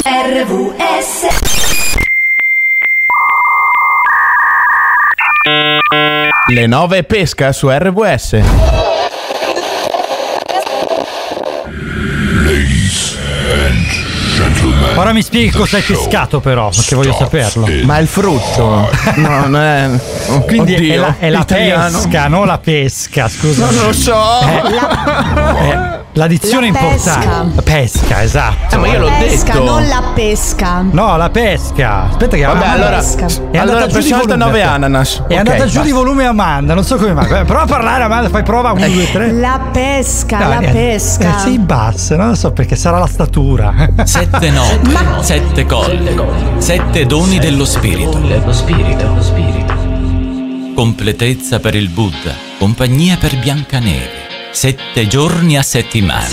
RVS. Le 9 pesca su RVS. Ora mi spieghi cosa hai pescato però, perché voglio saperlo. Ma è il frutto. No, non è. Quindi Oddio, è la italiano. pesca, non la pesca, scusa. Non lo so. L'addizione è La importante. La pesca, esatto. Ma io l'ho pesca, detto. non la pesca. No, la pesca. Aspetta che Vabbè, allora. pesca. È andata Allora, giù di per volume. 9 ananas. È Ok, andata giù basta. di volume Amanda, non so come mai. Prova a parlare Amanda, fai prova 1, 2, 3. La pesca, la pesca. Sei bassa, non lo so perché sarà la statura. 7 note, 7 colle, 7 doni dello spirito. Completezza per il Buddha, compagnia per Biancaneve. 7 giorni a settimana.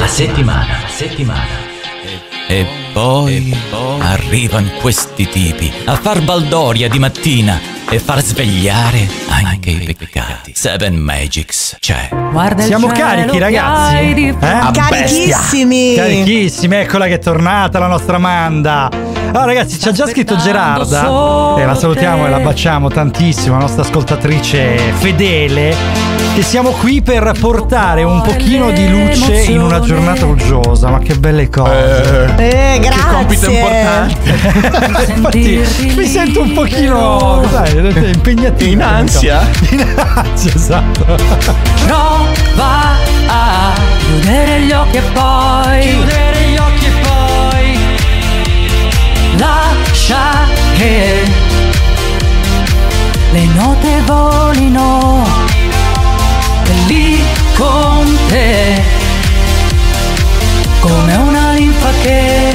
E poi arrivano questi tipi a far baldoria di mattina e far svegliare anche i peccati. 7 Magics c'è. Siamo carichi, ragazzi? Carichissimi. Carichissimi, eccola che è tornata la nostra Amanda. Allora ragazzi, ci ha già scritto Gerarda e la salutiamo e la baciamo tantissimo, la nostra ascoltatrice fedele, che siamo qui per portare un pochino di luce in una giornata uggiosa. Ma che belle cose. Grazie. Che compito importante. Infatti mi sento un pochino, sai, impegnativo. In ansia? In ansia, esatto. Prova a chiudere gli occhi e poi lascia che le note volino lì con te, come una linfa che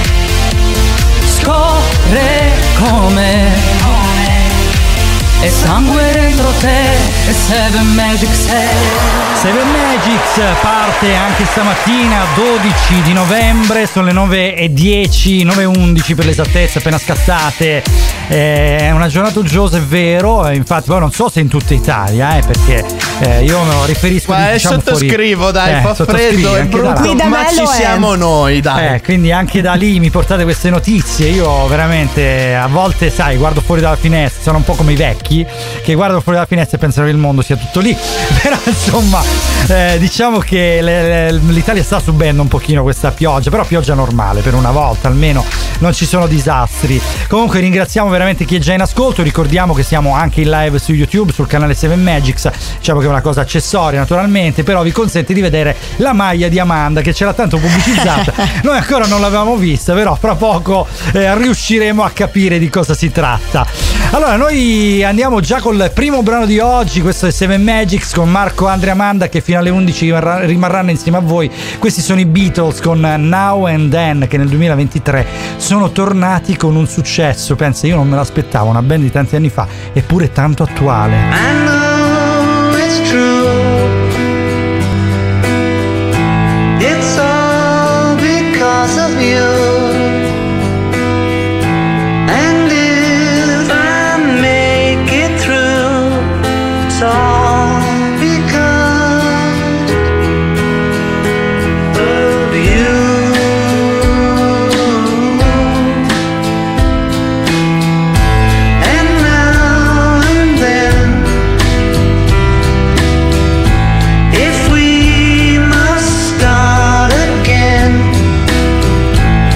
scorre come e sangue dentro te e 7 Magics. 7 Magics parte anche stamattina, 12 di novembre, sono le 9:10, 9:11 per l'esattezza, appena scattate. È una giornata uggiosa, è vero, infatti poi non so se in tutta Italia, perché io me lo riferisco diciamo sottoscrivo, fuori. dai, fa freddo, è brutto, Qui da ma me ci lo è. siamo noi, dai. Quindi anche da lì mi portate queste notizie. Io veramente a volte, sai, guardo fuori dalla finestra, sono un po' come i vecchi che guardano fuori dalla finestra e pensano che il mondo sia tutto lì. Però insomma, diciamo che l'Italia sta subendo un pochino questa pioggia, però pioggia normale per una volta, almeno non ci sono disastri. Comunque ringraziamo veramente chi è già in ascolto, ricordiamo che siamo anche in live su YouTube sul canale 7 Magics, diciamo che è una cosa accessoria naturalmente, però vi consente di vedere la maglia di Amanda che c'era tanto pubblicizzata. Noi ancora non l'avevamo vista, però fra poco riusciremo a capire di cosa si tratta. Allora noi andiamo già col primo brano di oggi, questo è 7 Magics con Marco, Andrea e Amanda che fino alle 11 rimarranno insieme a voi. Questi sono i Beatles con Now and Then, che nel 2023 sono tornati con un successo, pensa, io non me l'aspettavo, una band di tanti anni fa, eppure tanto attuale. I know it's true. It's all because of you. And if I make it through, it's all because of you. And now and then, if we must start again,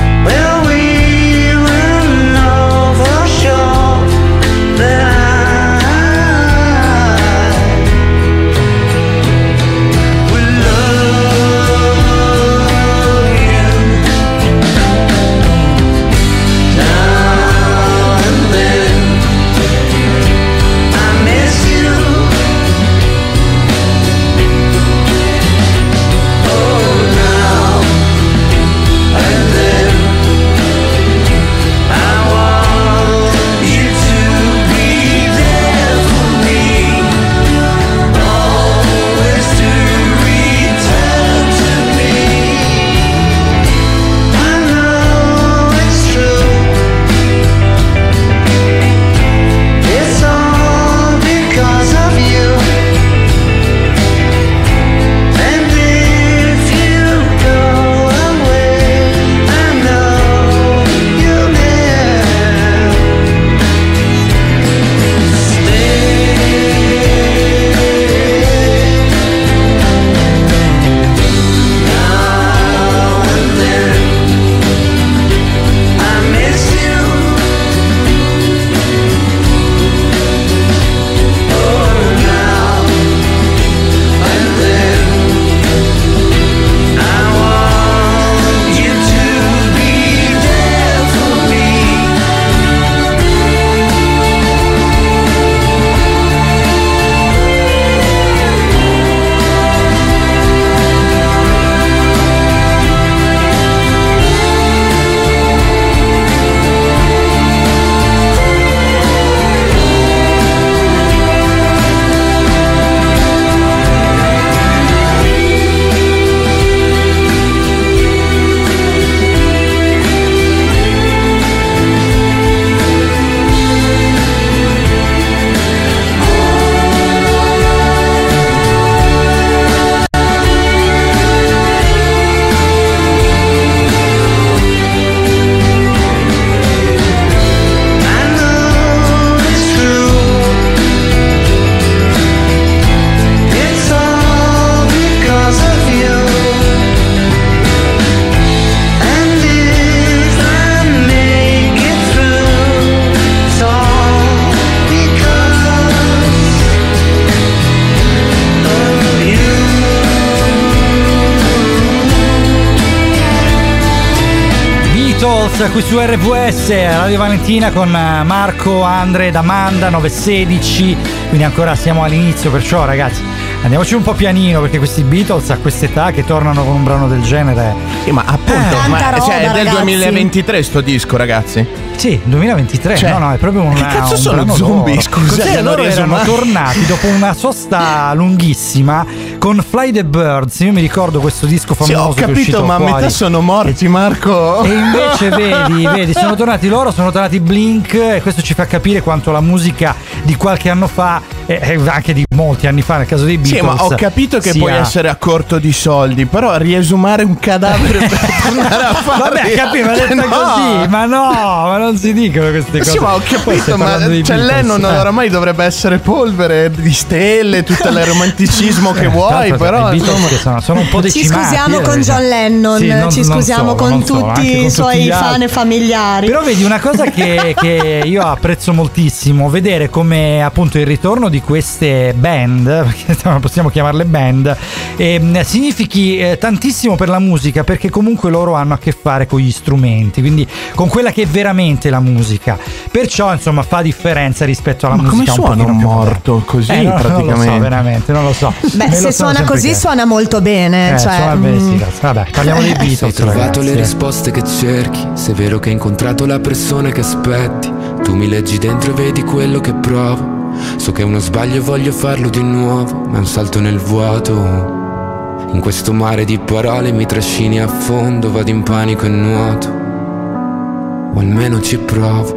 Beatles qui su RVS, Radio Valentina con Marco, Andre ed Amanda, 9:16, quindi ancora siamo all'inizio, perciò ragazzi andiamoci un po' pianino, perché questi Beatles a quest'età che tornano con un brano del genere. Sì, ma appunto, Tanta roba, è del ragazzi. 2023 sto disco, ragazzi. Sì, 2023, Cioè, no, è proprio che cazzo sono zombie? Scusa, Così loro erano tornati dopo una sosta lunghissima con Fly the Birds. Io mi ricordo questo disco Sì, famoso ho che è capito, uscito ma a fuori. metà sono morti, Marco. E invece vedi, sono tornati loro, sono tornati Blink, e questo ci fa capire quanto la musica di qualche anno fa, anche di molti anni fa nel caso dei Beatles. Sì, ma ho capito che sia... puoi essere a corto di soldi, però riesumare un cadavere per tornare a fare. Vabbè, capito, ma detto così, ma no, ma non si dicono queste cose. Sì, ma ho Poi capito, stai ma parlando dei Lennon Beatles, oramai dovrebbe essere polvere di stelle, tutto il romanticismo che vuoi, tanto però i Beatles insomma... che sono un po' Ci decimati. scusiamo con John Lennon, Sì, ci scusiamo con tutti i suoi fan e familiari. Però vedi una cosa che io apprezzo moltissimo, vedere come appunto il ritorno di queste band, perché possiamo chiamarle band, significhi tantissimo per la musica, perché comunque loro hanno a che fare con gli strumenti, quindi con quella che è veramente la musica. Perciò insomma fa differenza rispetto alla Ma musica come un suona pochino un più morto così Non praticamente? lo so, veramente, non lo so. Beh, Me se lo sono suona sempre così chiesto. suona molto bene. Suona bene, sì, vabbè, parliamo dei Beatles. Hai trovato ragazzi. le risposte che cerchi, se è vero che hai incontrato la persona che aspetti, tu mi leggi dentro e vedi quello che provo. So che è uno sbaglio e voglio farlo di nuovo, ma è un salto nel vuoto. In questo mare di parole mi trascini a fondo, vado in panico e nuoto, o almeno ci provo.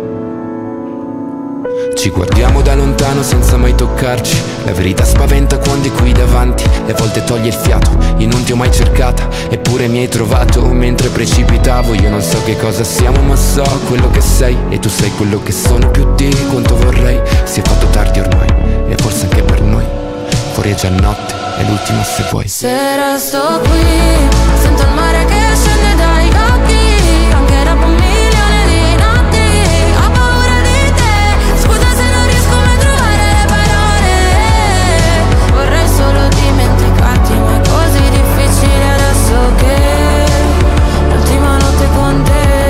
Ci guardiamo da lontano senza mai toccarci, la verità spaventa quando è qui davanti e a volte toglie il fiato. Io non ti ho mai cercata, eppure mi hai trovato mentre precipitavo. Io non so che cosa siamo, ma so quello che sei, e tu sei quello che sono più di quanto vorrei. Si è fatto tardi ormai, e forse anche per noi. Fuori è già notte, è l'ultima se vuoi. Se resto qui, sento il mare che scende dai occhi, anche dopo un milione di notti. Ho paura di te, scusa se non riesco mai a trovare le parole. Vorrei solo dimenticarti, ma è così difficile adesso che l'ultima notte con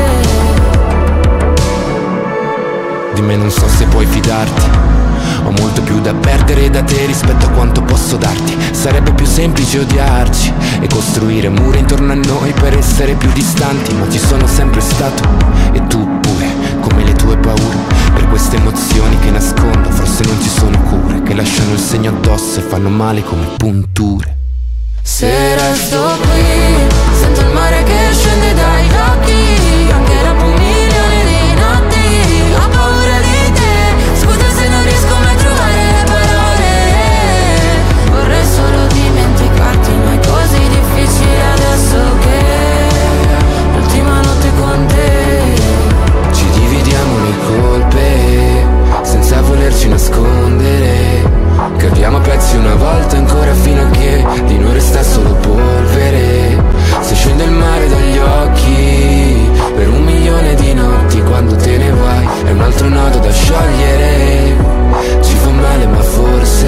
te. Di me non so se puoi fidarti, ho molto più da perdere da te rispetto a quanto posso darti. Sarebbe più semplice odiarci e costruire mura intorno a noi per essere più distanti, ma ci sono sempre stato, e tu pure, come le tue paure. Per queste emozioni che nascondo forse non ci sono cure, che lasciano il segno addosso e fanno male come punture. Se resto qui, sento il mare che scende dai occhi, anche dopo un milione di notti. Ho paura di te, scusa se non riesco mai a trovare le parole. Vorrei solo dimenticarti, ma è così difficile adesso che l'ultima notte con te. Ci dividiamo le colpe senza volerci nascondere, capiamo a pezzi una volta ancora fino a che di noi resta solo polvere. Se scende il mare dagli occhi per un milione di notti, quando te ne vai è un altro nodo da sciogliere. Ci fa male ma forse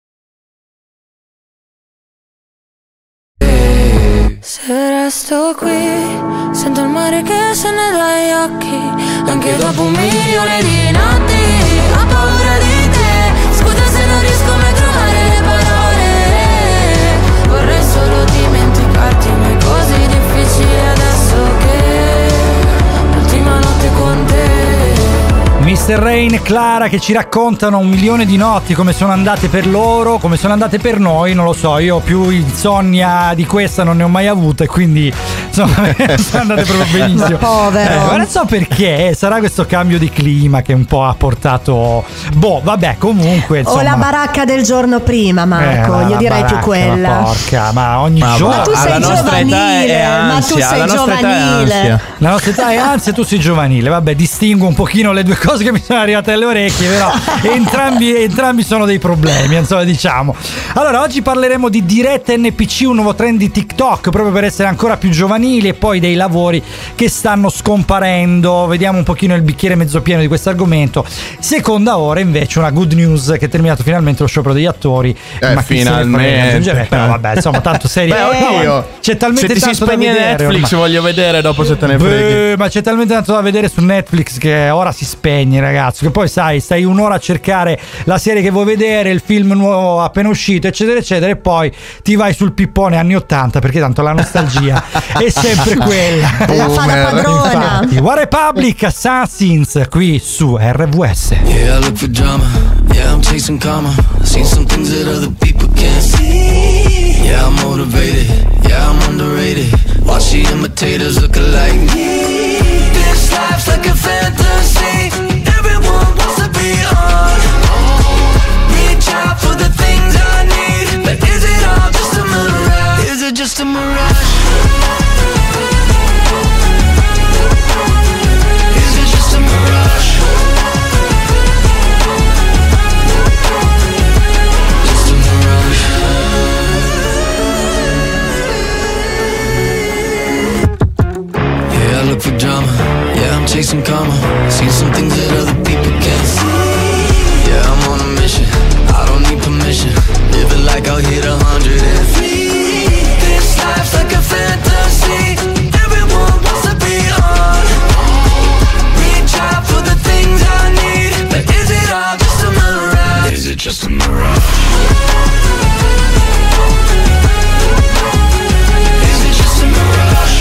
se resto qui, sento il mare che scende dagli occhi, anche dopo un milione di notti. Ho paura di te, scusa se non riesco mai a trovare le parole. Vorrei solo dimenticarti, ma è così difficile adesso che l'ultima notte con te. Mr. Rain e Clara che ci raccontano un milione di notti, come sono andate per loro, come sono andate per noi, non lo so, io più insonnia di questa non ne ho mai avuta e quindi insomma sono andate proprio benissimo. Povero. Ma non so perché, sarà questo cambio di clima che un po' ha portato, vabbè, comunque insomma. O la baracca del giorno prima, Marco, io direi più quella. Ma porca, ma ogni giorno. Ma tu sei giovanile, ma tu sei giovanile. La nostra età è ansia, tu sei giovanile. Vabbè, distingo un pochino le due cose che che mi sono arrivate alle orecchie, però entrambi sono dei problemi, insomma, diciamo. Allora, oggi parleremo di diretta NPC, un nuovo trend di TikTok, proprio per essere ancora più giovanili, e poi dei lavori che stanno scomparendo. Vediamo un pochino il bicchiere mezzo pieno di questo argomento. Seconda ora invece una good news, che è terminato finalmente lo sciopero degli attori, ma finalmente. però vabbè, insomma, tanto serie. C'è talmente tanto da vedere. Netflix ormai. voglio vedere dopo, se te ne freghi. Ma c'è talmente tanto da vedere su Netflix che ora si spegne, ragazzo, che poi sai, stai un'ora a cercare la serie che vuoi vedere, il film nuovo appena uscito, eccetera eccetera, e poi ti vai sul pippone anni 80, perché tanto la nostalgia è sempre quella. La fa da padrona. Infatti, One Republic, Assassins, qui su RVS. Yeah, I look for drama. Yeah, I'm chasing karma. Seen some things that other people can't see. Yeah, I'm motivated. Yeah, I'm underrated. Watch the imitators look alike me. This life's like a fantasy. Everyone wants to be on. Reach out for the things I need. But is it all just a mirage? Is it just a mirage? Is it just a mirage? Just a mirage. Yeah, I look for drama. Yeah, I'm chasing karma. Seen some things that other people can't see. Yeah, I'm on a mission. I don't need permission. Live it like I'll hit 100 and flee. This life's like a fantasy. Everyone wants to be on. Reach out for the things I need. But is it all just a mirage? Is it just a mirage? Is it just a mirage?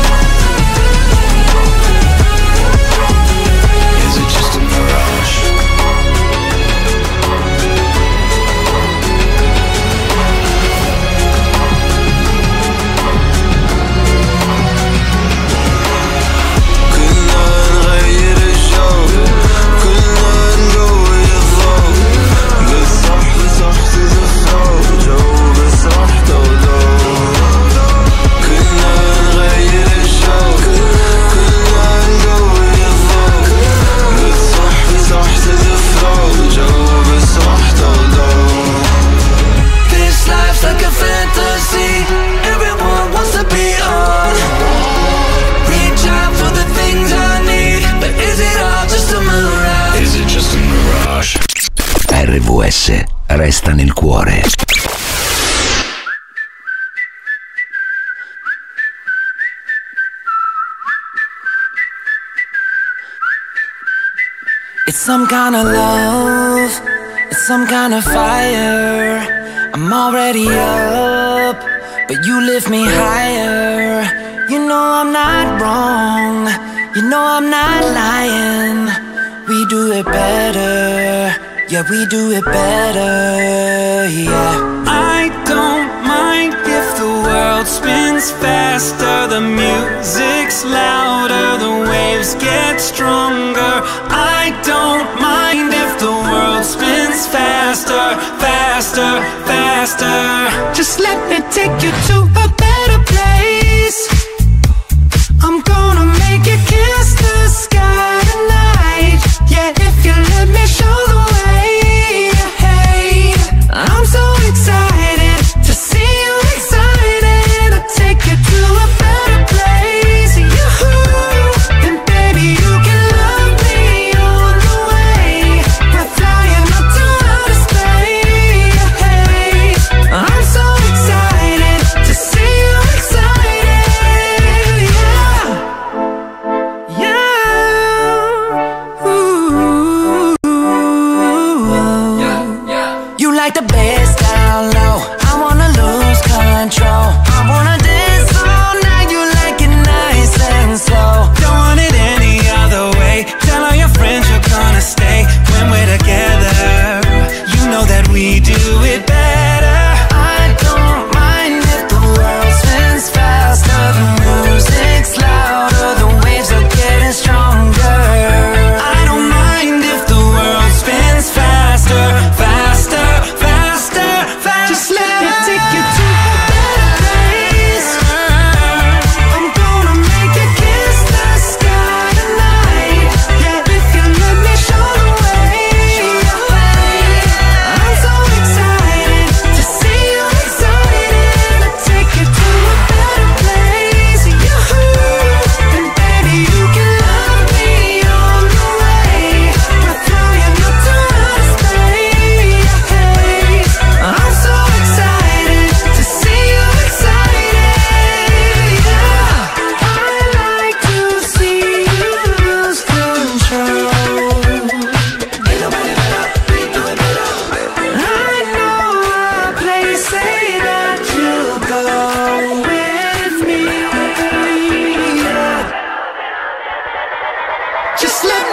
Is it just a mirage? كنا نغير الجو كنا نقوي الضوء بالصح بصح تزفو جو بصح تولو كنا نغير الجو كنا نقوي الضوء بالصح بصح تزفو جو بصح تولو. This life's like a fantasy. Everyone wants to be on. Reach out for the things I need. But is it all just a mirage? Is it just a mirage? RVS resta nel cuore. It's some kind of love. It's some kind of fire. I'm already up, but you lift me higher. You know I'm not wrong. You know I'm not lying. We do it better. Yeah, we do it better. Yeah. I don't mind if the world spins faster. The music's louder. The waves get stronger. I don't mind if the world spins faster, faster, faster. Just let me take you to a better place. I'm gonna make you kiss the sky tonight. Yeah, if you let me show the way. Hey, I'm so excited to see you excited. I'll take you to a better place. You and baby, you can love me on the way. We're flying up to outer space. Hey, I'm so excited to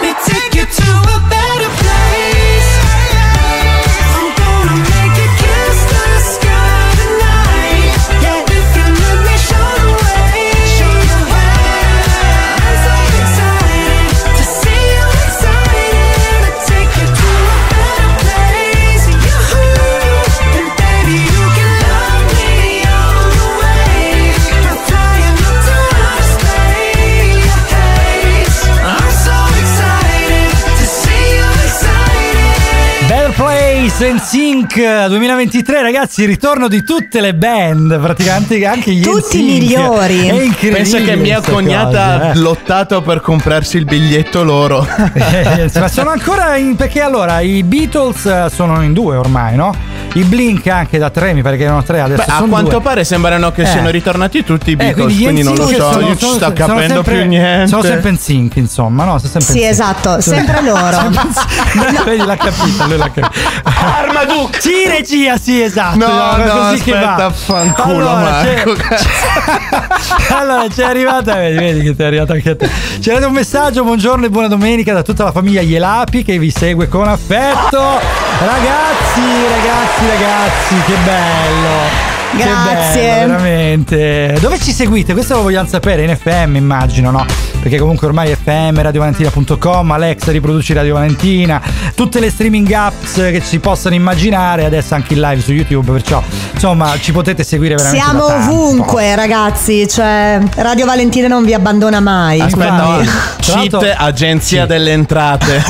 me take you to a better place. I'm gonna make you kiss the sky tonight. Yeah, if you let me show the way. I'm so excited to see you excited. I take you to a better place. And baby, you can love me all the way. I'm flying up to outer space. I'm so excited to see you excited. Better Place and Sync 2023, ragazzi, il ritorno di tutte le band, praticamente anche gli Tutti NSYNC. migliori. È incredibile. Pensa che mia questa cognata cosa, ha lottato per comprarsi il biglietto loro. Ma sono ancora in, perché allora i Beatles sono in 2 ormai, no? I Blink anche da 3, mi pare che erano 3 adesso. Beh, a sono quanto 2. pare sembrano che siano ritornati tutti i Beatles, gli quindi non lo NSYNC so, sono- io ci sono- sto sono capendo sempre- più niente. Sono sempre in sync, insomma, no? Sono sempre Sì, in sync. esatto, sempre loro. Vedi, l'ha capita, lui l'ha capita. Armaduke! Sì, regia, sì, esatto. No, è no, così che aspetta, va. fanculo, Allora, Marco. allora, c'è arrivata, vedi che ti è arrivata anche a te. C'è arrivato un messaggio, buongiorno e buona domenica da tutta la famiglia Ielapi che vi segue con affetto. Ragazzi, che bello. Grazie. Che bello, veramente. Dove ci seguite? Questo lo vogliamo sapere, in FM immagino, no? Perché comunque ormai FM, radiovalentina.com, Alexa riproduci Radio Valentina, tutte le streaming apps che si possano immaginare, adesso anche in live su YouTube, perciò insomma ci potete seguire veramente. Siamo da tanto. ovunque, ragazzi, cioè Radio Valentina non vi abbandona mai. Aspetta, Quindi- Tra l'altro- cheat, agenzia delle entrate.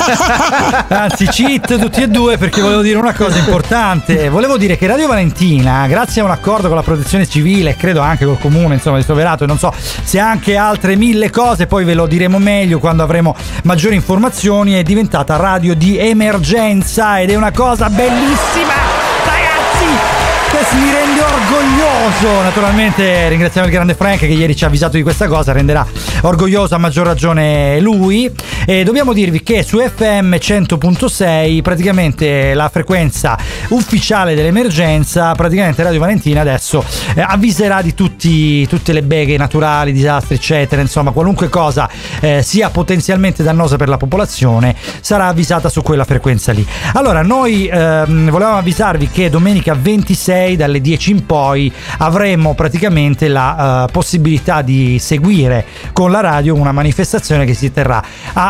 Anzi, cheat tutti e due, perché volevo dire una cosa importante. Volevo dire che Radio Valentina, grazie a un accordo con la protezione civile, credo anche col comune, insomma, di Stoverato, e non so se anche altre 1000 cose, poi ve lo diremo meglio quando avremo maggiori informazioni, è diventata radio di emergenza ed è una cosa bellissima, ragazzi. Questo mi rende orgoglioso. Naturalmente ringraziamo il grande Frank che ieri ci ha avvisato di questa cosa, renderà orgoglioso a maggior ragione lui. E dobbiamo dirvi che su FM 100.6 praticamente la frequenza ufficiale dell'emergenza, praticamente Radio Valentina adesso avviserà di tutte le beghe naturali, disastri eccetera, insomma qualunque cosa sia potenzialmente dannosa per la popolazione sarà avvisata su quella frequenza lì. Allora noi volevamo avvisarvi che domenica 26 dalle 10 in poi avremo praticamente la possibilità di seguire con la radio una manifestazione che si terrà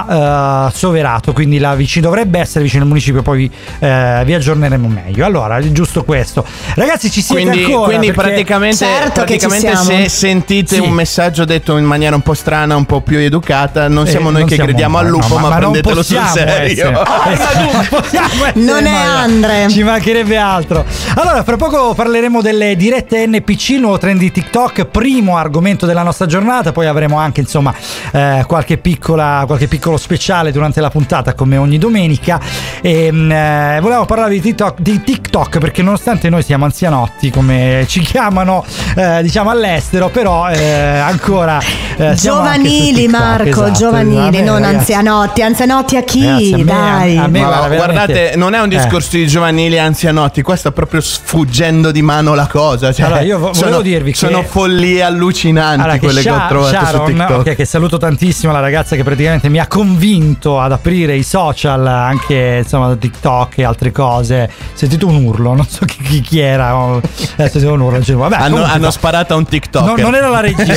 a Soverato, quindi dovrebbe essere vicino al municipio, poi vi aggiorneremo meglio. Allora, è giusto questo. Ragazzi, ci siete ancora? Quindi Perché- praticamente, Certo che ci siamo. se sentite Sì. un messaggio detto in maniera un po' strana, un po' più educata, non siamo noi non che siamo- gridiamo al lupo, no, ma non prendetelo sul possiamo serio. essere- non possiamo essere Non è male. Andre. Ci mancherebbe altro. Allora, fra poco parleremo delle dirette NPC, il nuovo trend di TikTok, primo argomento della nostra giornata. Poi avremo anche insomma qualche piccolo speciale durante la puntata, come ogni domenica. E volevo parlare di TikTok perché nonostante noi siamo anzianotti, come ci chiamano diciamo all'estero, però ancora siamo anche su Giovanili, TikTok, Marco, esatto. giovanili, Vabbè, non ragazzi. anzianotti. Anzianotti a chi? Ragazzi, a me- Dai. a me- Ma guarda, guardate, veramente- non è un discorso di giovanili e anzianotti, qua sta proprio sfuggendo di mano la cosa. Cioè, Allora, io volevo dirvi che- sono follie allucinanti Allora, che quelle che ho trovato Sharon, su TikTok. ok, che saluto tantissimo, la ragazza che praticamente mi ha convinto ad aprire i social, anche insomma TikTok e altre cose. Sentito un urlo, non so chi era, adesso sentivo un urlo, dicevo, vabbè, Hanno comunque, sparato a un TikTok. non era la regia.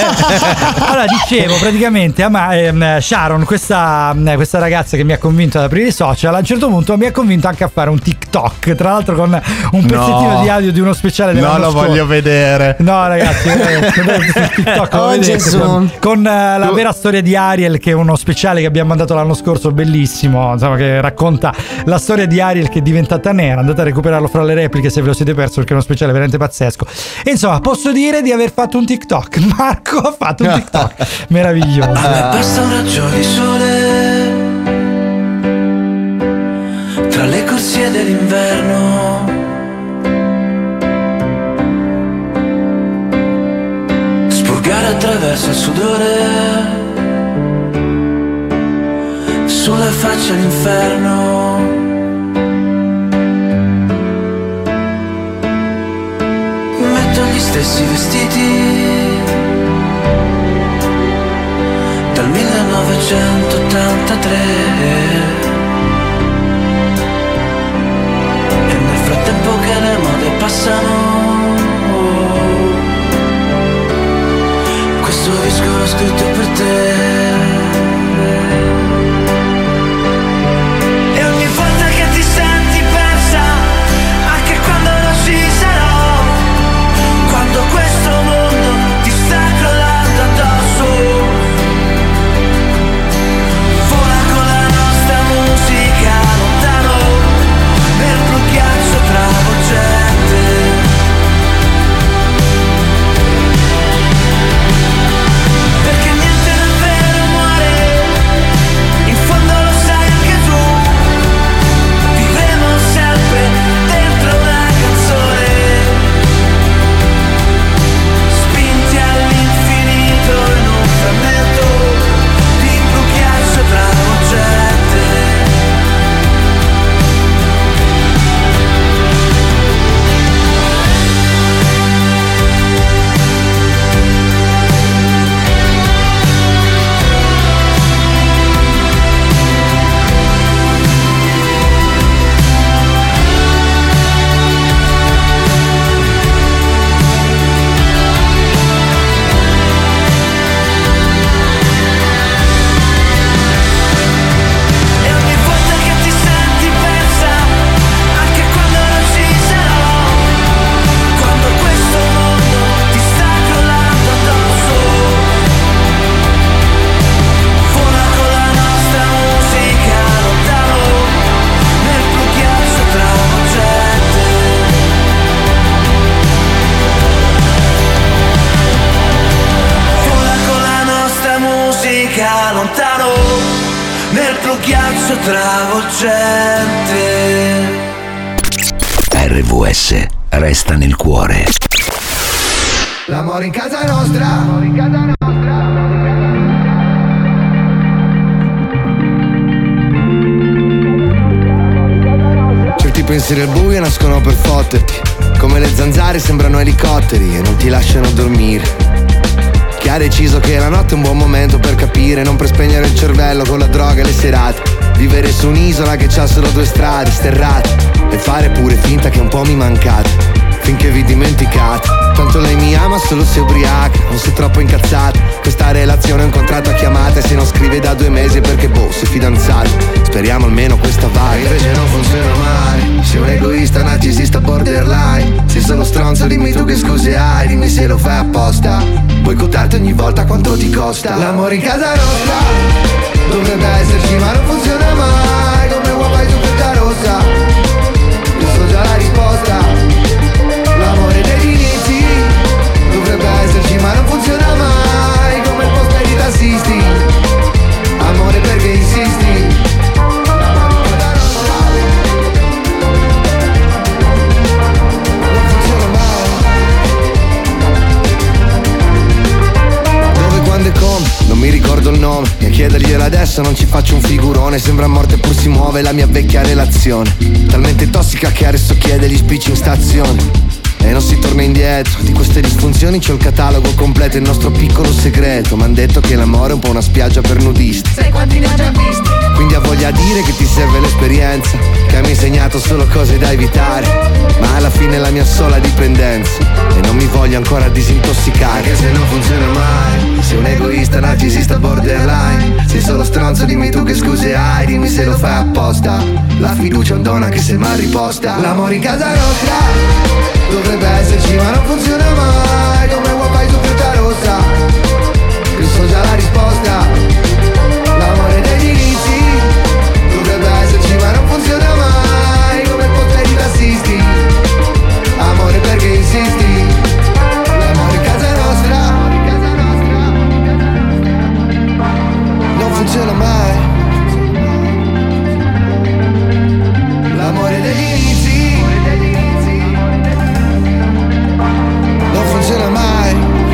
Allora dicevo praticamente Sharon, questa ragazza che mi ha convinto ad aprire i social, a un certo punto mi ha convinto anche a fare un TikTok, tra l'altro con un pezzettino di audio di uno speciale dell'anno No, lo scorso. voglio vedere. No ragazzi, su TikTok lo Oh, vedete, Gesù. con la vera storia di Ariel, che è uno speciale che abbiamo mandato l'anno scorso, bellissimo, insomma, che racconta la storia di Ariel che è diventata nera. Andate a recuperarlo fra le repliche se ve lo siete perso, perché è uno speciale veramente pazzesco. E insomma posso dire di aver fatto un TikTok. Marco ha fatto un TikTok meraviglioso. Basta un raggio di sole tra le corsie dell'inverno, spurgare attraverso il sudore sulla faccia l'inferno. Metto gli stessi vestiti dal 1900 1983. E nel frattempo che le mode passano, questo disco l'ho scritto per te. E ogni volta che ti senti persa, anche quando non ci sarò, quando questo mondo ti sta crollando addosso, vola con la nostra musica lontano nel blu ghiaccio travolgente. Perché niente davvero muore, in fondo lo sai anche tu, vivremo sempre dentro una canzone, spinti all'infinito in un frammento di blu ghiaccio travolgente. E ogni volta che ti senti persa, anche quando non ci sarò, quando questo mondo ti sta crollando addosso, vola con la nostra musica lontano nel blu ghiaccio travolgente. Vola con la nostra musica lontano nel blu ghiaccio travolgente. RVS resta nel cuore. L'amore in casa nostra. Certi pensieri al buio nascono per fotterti, come le zanzare sembrano elicotteri e non ti lasciano dormire. Chi ha deciso che la notte è un buon momento per capire, non per spegnere il cervello con la droga e le serate. Vivere su un'isola che c'ha solo due strade sterrate e fare pure finta che un po' mi mancate, finché vi dimenticate. Tanto lei mi ama solo se ubriaca, non sei troppo incazzata. Questa relazione è un contratto a chiamate, se non scrive da 2 mesi è perché boh, sei fidanzato. Speriamo almeno questa vaga. Invece non funziona mai, sei un egoista, narcisista borderline. Sei solo stronzo, dimmi tu che scuse hai, dimmi se lo fai apposta. Boicottarti ogni volta quanto ti costa. L'amore in casa nostra dovrebbe esserci ma non funziona mai. Come wifi su questa rossa, io so già la risposta. L'amore degli inizi dovrebbe esserci ma non funziona mai. Come il post dei tassisti, amore perché insisti. L'amore in casa nostra non funziona mai. Dove, quando e come, non mi ricordo il nome. E chiederglielo adesso non ci faccio un figurone. Sembra morte eppur si muove la mia vecchia relazione, talmente tossica che adesso chiede gli spicci in stazione. E non si torna indietro, di queste disfunzioni c'ho il catalogo completo, il nostro piccolo segreto. M'han detto che l'amore è un po' una spiaggia per nudisti. Sai quanti ne ho già visti? Quindi ha voglia di dire che ti serve l'esperienza, che mi ha insegnato solo cose da evitare, ma alla fine è la mia sola dipendenza e non mi voglio ancora disintossicare. Anche se non funziona mai, sei un egoista, narcisista borderline. Sei solo stronzo, dimmi tu che scuse hai, dimmi se lo fai apposta. La fiducia è un dono anche se mal riposta. L'amore in casa nostra dovrebbe esserci ma non funziona mai. Come wifi su questa rossa, io so già la risposta. L'amore degli inizi dovrebbe esserci ma non funziona mai. Come il potere di tassisti, amore perché insisti. L'amore in casa nostra non funziona mai. L'amore degli inizi non funziona mai.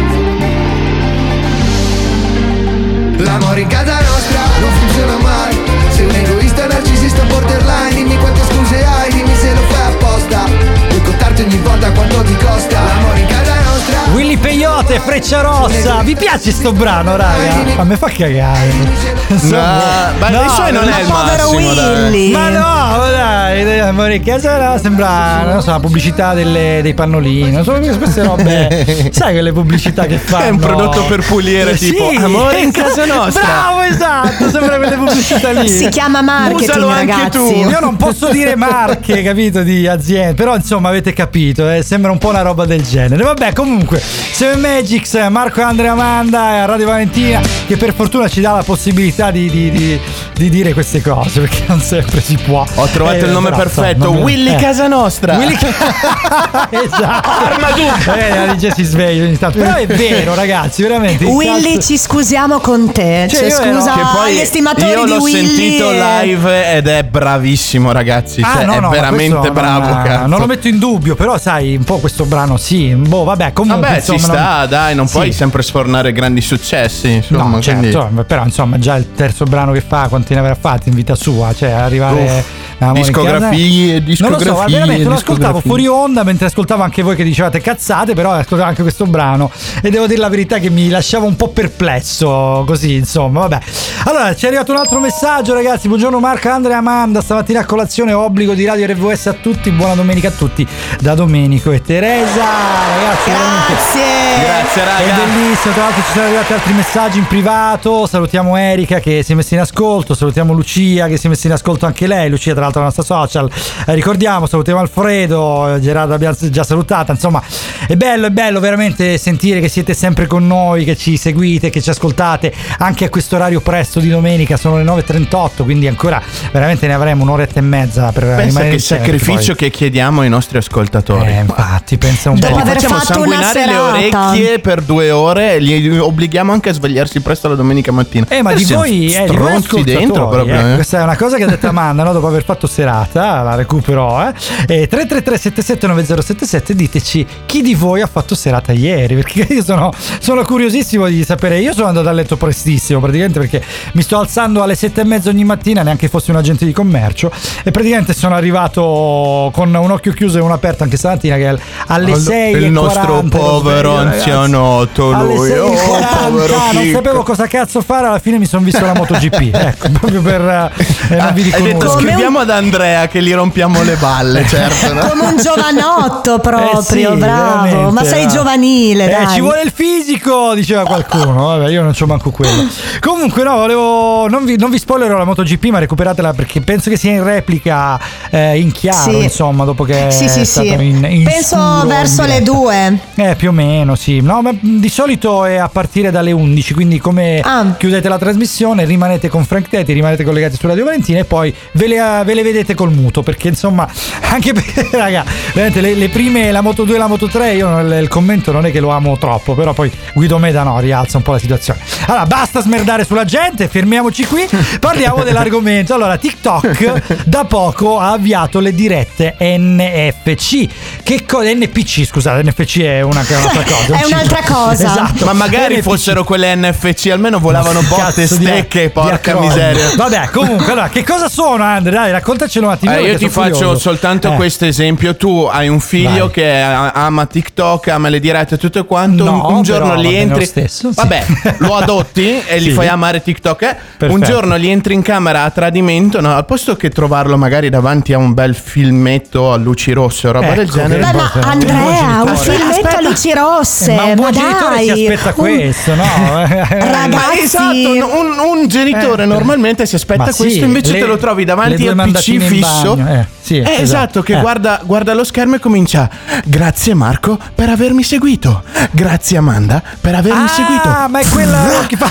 L'amore in casa nostra non funziona mai. Sei un egoista, narcisista borderline. Dimmi quante scuse hai, dimmi se lo fai apposta. Boicottarti ogni volta quanto ti costa. L'amore in casa nostra. Willy Peyote, Freccia Rossa. Vi piace sto brano, raga? A me fa cagare. Ma i suoi non è il povero massimo, Willy. Ma no, dai, Amore in casa sembra, non so, la pubblicità dei pannolini, non so, queste robe, sai quelle pubblicità che fanno? È un prodotto per pulire, tipo Amore in casa nostra. Bravo, esatto, sembra quelle pubblicità lì. Si chiama marketing, Usalo anche ragazzi. tu. Io non posso dire marche, capito, di aziende, però insomma avete capito, sembra un po' una roba del genere. Vabbè, comunque, Seven Magics, Marco, Andrea, Amanda e Radio Valentina, che per fortuna ci dà la possibilità di dire queste cose, perché non sempre si può. Ho trovato il nome però, perfetto, insomma, Willy Casa Nostra. Willy esatto. La dice si sveglia ogni tanto. Però è vero, ragazzi, veramente. Willy, ci scusiamo con te. Cioè, scusa Che poi agli estimatori io di l'ho Willy. sentito live ed è bravissimo, ragazzi. Cioè, no, è veramente bravo. Cazzo. Non lo metto in dubbio, però sai, un po' questo brano sì. Boh, vabbè, comunque. Vabbè, insomma, ci sta, dai, non puoi sempre sfornare grandi successi. Insomma, no, certo, però insomma, già il terzo brano che fa, quanti ne avrà fatti in vita sua? Cioè, arrivare. Discografie. Non lo so, veramente lo ascoltavo fuori onda mentre ascoltavo anche voi che dicevate cazzate, però ascoltavo anche questo brano e devo dire la verità che mi lasciava un po' perplesso, così insomma, vabbè. Allora, ci è arrivato un altro messaggio, ragazzi. Buongiorno Marco, Andrea, Amanda, stamattina a colazione obbligo di Radio RVS a tutti, buona domenica a tutti da Domenico e Teresa, ragazzi. Grazie, raga. È bellissimo, tra l'altro ci sono arrivati altri messaggi in privato. Salutiamo Erika che si è messa in ascolto, salutiamo Lucia che si è messa in ascolto anche lei, Lucia tra l'altro la nostra social, ricordiamo, salutiamo Alfredo, Gerardo l'abbiamo già salutata, insomma è bello veramente sentire che siete sempre con noi, che ci seguite, che ci ascoltate anche a questo orario presto di domenica, sono le 9:38, quindi ancora veramente ne avremo un'oretta e mezza per pensa rimanere che insieme, sacrificio che chiediamo ai nostri ascoltatori. Infatti pensa un Dopo po'. aver Facciamo fatto una sanguinare le serata. orecchie per 2 ore, li obblighiamo anche a svegliarsi presto la domenica mattina. Ma di Siamo voi stronzi dentro proprio. Questa è una cosa che ha detto Amanda, no? Dopo aver fatto serata, la recupero, 333 77 9077, diteci chi di voi ha fatto serata ieri, perché io sono curiosissimo di sapere. Io sono andato a letto prestissimo praticamente, perché mi sto alzando alle 7:30 ogni mattina, neanche fossi un agente di commercio, e praticamente sono arrivato con un occhio chiuso e uno aperto anche stamattina, che alle 6:40 il nostro povero anzianotto, lui, povero non Chico. sapevo cosa cazzo fare, alla fine mi sono visto la MotoGP, ecco, proprio per non vi dico hai detto nulla. scriviamo ad Andrea che gli rompiamo le balle, certo, no? Come un giovanotto proprio, sì, bravo, veramente, ma sei giovanile, dai. Ci vuole il fisico, diceva qualcuno. Vabbè, io non c'ho manco quello. Comunque no, volevo non vi spoilerò la MotoGP, ma recuperatela perché penso che sia in replica in chiaro, insomma, dopo che è stato in penso scuro, verso in le diretta. 2. Più o meno, sì. No, ma di solito è a partire dalle 11, quindi come chiudete la trasmissione, rimanete con Frank Teti, rimanete collegati su Radio Valentina e poi ve le vedete col muto, perché insomma, anche perché raga, veramente le prime, la Moto 2 e la Moto 3, io il commento non è che lo amo troppo, però poi Guido Meda rialza un po' la situazione. Allora, basta smerdare sulla gente, fermiamoci qui, parliamo dell'argomento. Allora, TikTok da poco ha avviato le dirette NFC. NPC, scusate, NFC è un'altra cosa. È un'altra cosa. Esatto. Ma magari NPC. fossero quelle NFC, almeno volavano botte e stecche, porca miseria. Vabbè, comunque, allora, che cosa sono, Andrea? Dai, raccontacelo un attimo. Io ti faccio soltanto questo esempio. Tu hai un figlio che ama TikTok, ama le dirette, tutto quanto. No, un giorno però, gli entri. Stesso, sì. Vabbè, lo adotti e gli fai amare TikTok. Un giorno gli entri in camera a tradimento, no? Al posto che trovarlo magari davanti a un bel filmetto a luci rosse o roba del genere. Beh, ma Andrea, un filmetto a luci rosse. Ma un buon genitore dai, si aspetta questo, no? Ragazzi, esatto, un genitore normalmente si aspetta questo, invece te lo trovi davanti al PC fisso. Esatto, che guarda lo schermo e comincia: grazie Marco per avermi seguito, grazie Amanda per avermi seguito. Ah, ma è quella che fa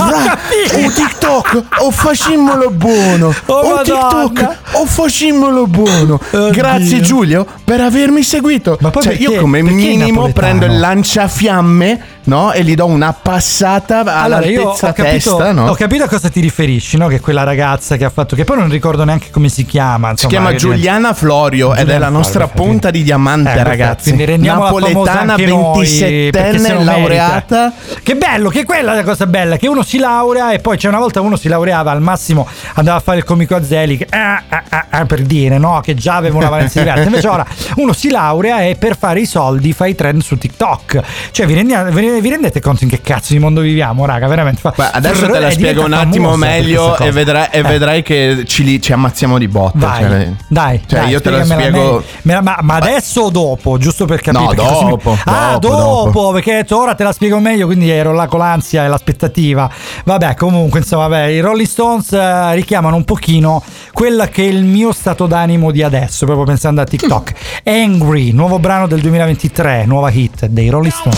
TikTok, o facimmolo buono. TikTok, o facimmolo buono. Grazie Giulio per avermi seguito. Ma poi io come minimo prendo il lanciafiamme, no? E gli do una passata all'altezza testa, no? Ho capito a cosa ti riferisci, no? Che è quella ragazza che ha fatto, che poi non ricordo neanche come si chiama. Insomma, si chiama Giuliana Florio ed è la nostra punta di diamante, ragazzi. Quindi rendiamo napoletana, 27enne, laureata. Che bello, che quella è la cosa bella, che uno si laurea e poi c'è una volta uno si laureava, al massimo andava a fare il comico a Zelig, per dire, no? Che già aveva una valenza diversa. Invece ora uno si laurea e per fare i soldi fa i trend su TikTok. Cioè vi rendete conto in che cazzo di mondo viviamo, raga? Veramente. Adesso te la spiego un attimo meglio e vedrai che ci ammazziamo di botte. Vai, dai, io te la spiego. Ma adesso o dopo? Giusto per capire. No, dopo. Perché ora te la spiego meglio, quindi ero là con l'ansia e l'aspettativa. Vabbè, comunque, insomma, i Rolling Stones richiamano un pochino quella che è il mio stato d'animo di adesso, proprio pensando a TikTok. Angry, nuovo brano del 2023, nuova hit dei Rolling Stones.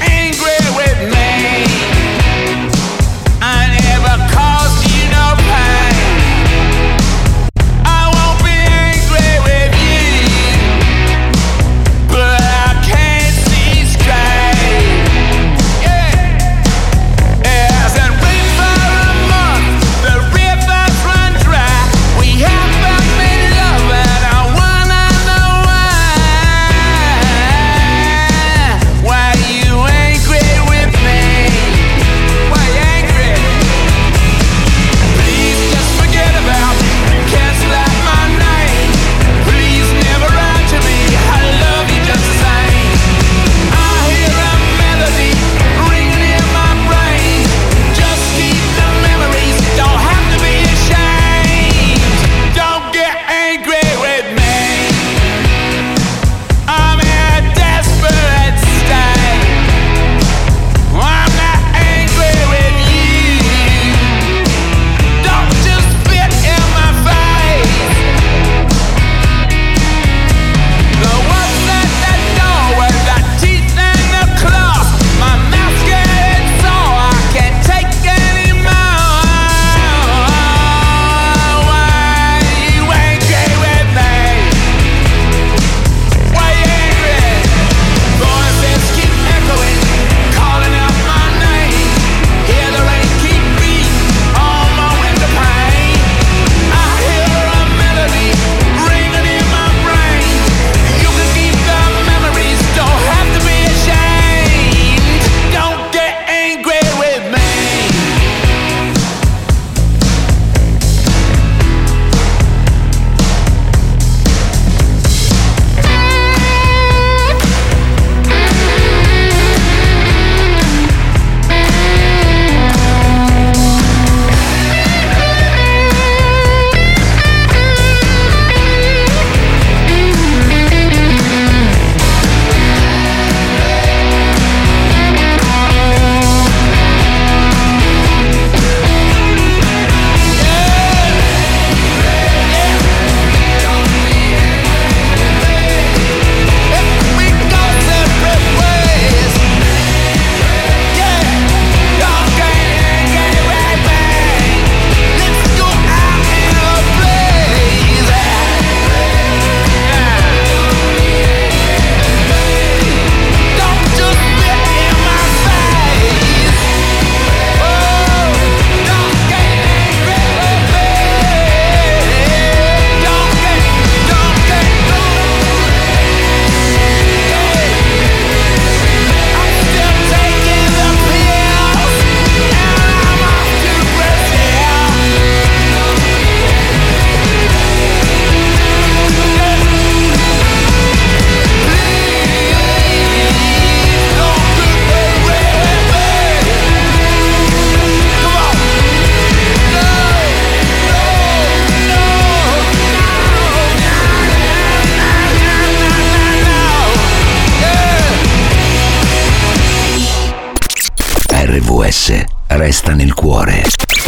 RVS resta nel cuore.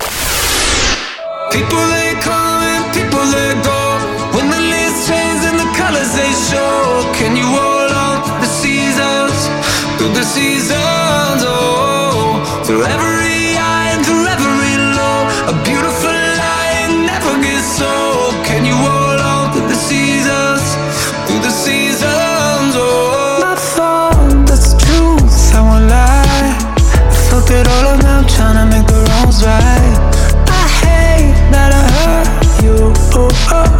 People they come and people they go. When the leaves change and the colors they show. Can you hold on through the seasons? Through the seasons, oh. Through every high and through every low. A beautiful lie never gets old. Can you hold on through the seasons? Through the seasons, oh. My fault, that's the truth, I won't lie. I fucked it all up now, I'm trying to make the wrongs right. I hate that I hurt you, oh, oh.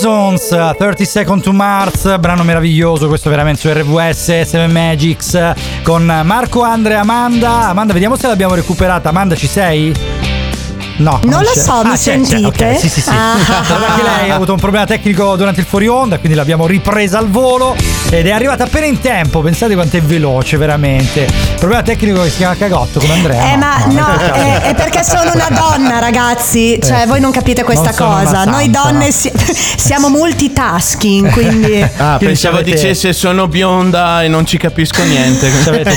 Seasons, 30 Seconds to Mars, brano meraviglioso questo veramente su RVS, 7 Magics con Marco, Andrea, Amanda. Amanda, vediamo se l'abbiamo recuperata. Amanda, ci sei? No, non lo so, mi sentite? Okay, sì. Perché lei ha avuto un problema tecnico durante il fuori onda, quindi l'abbiamo ripresa al volo ed è arrivata appena in tempo. Pensate quanto è veloce, veramente. Il problema tecnico che si chiama cagotto, come Andrea. È perché sono una donna, ragazzi. Cioè, voi non capite questa cosa. Noi donne siamo multitasking, quindi. Pensavo dicesse sono bionda e non ci capisco niente. Quello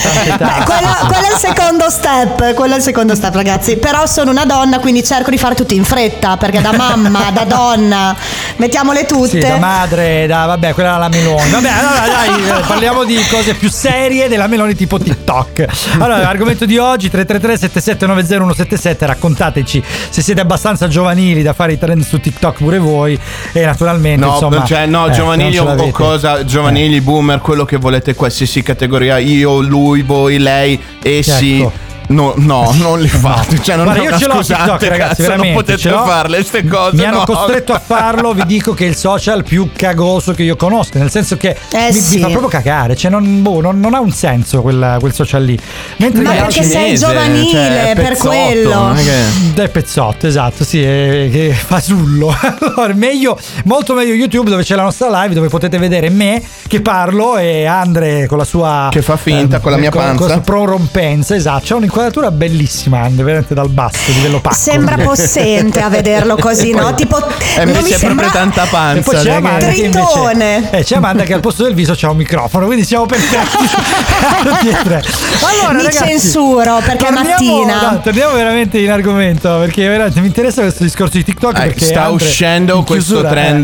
è il secondo step, ragazzi. Però sono una donna, quindi cerco di fare tutto in fretta, perché da mamma, da donna, mettiamole tutte. Sì, da madre, vabbè, quella era la Meloni. Vabbè, allora dai, parliamo di cose più serie della Meloni, tipo TikTok. Allora, l'argomento di oggi 333-7790-177, raccontateci se siete abbastanza giovanili da fare i trend su TikTok pure voi, e naturalmente giovanili o cosa, giovanili, boomer, quello che volete, qualsiasi categoria, io, lui, voi, lei, essi. Ecco. No, non li fate. Cioè, non guarda, è una io ce l'ho scusate, TikTok, ragazzi, veramente. Non potete farle queste cose. Mi hanno costretto a farlo. Vi dico che è il social più cagoso che io conosco, nel senso che mi fa proprio cagare. Cioè, non ha un senso quel social lì. Mentre ma perché sei giovanile, per quello. È pezzotto, esatto, sì, è fasullo. Allora, molto meglio YouTube, dove c'è la nostra live, dove potete vedere me che parlo e Andre con la sua che fa finta con la mia panza, con la sua prorompenza, esatto. C'è un'inquadratura bellissima, Andre, veramente dal basso, livello pacco. Sembra possente a vederlo così, no? Tipo invece è proprio tanta panza. E poi c'è Amanda Tritone. C'è Amanda che al posto del viso c'ha un microfono, quindi siamo perfetti. Allora, mi ragazzi, censuro perché è mattina. Torniamo veramente in argomento, perché veramente mi interessa questo discorso di TikTok, perché sta uscendo questo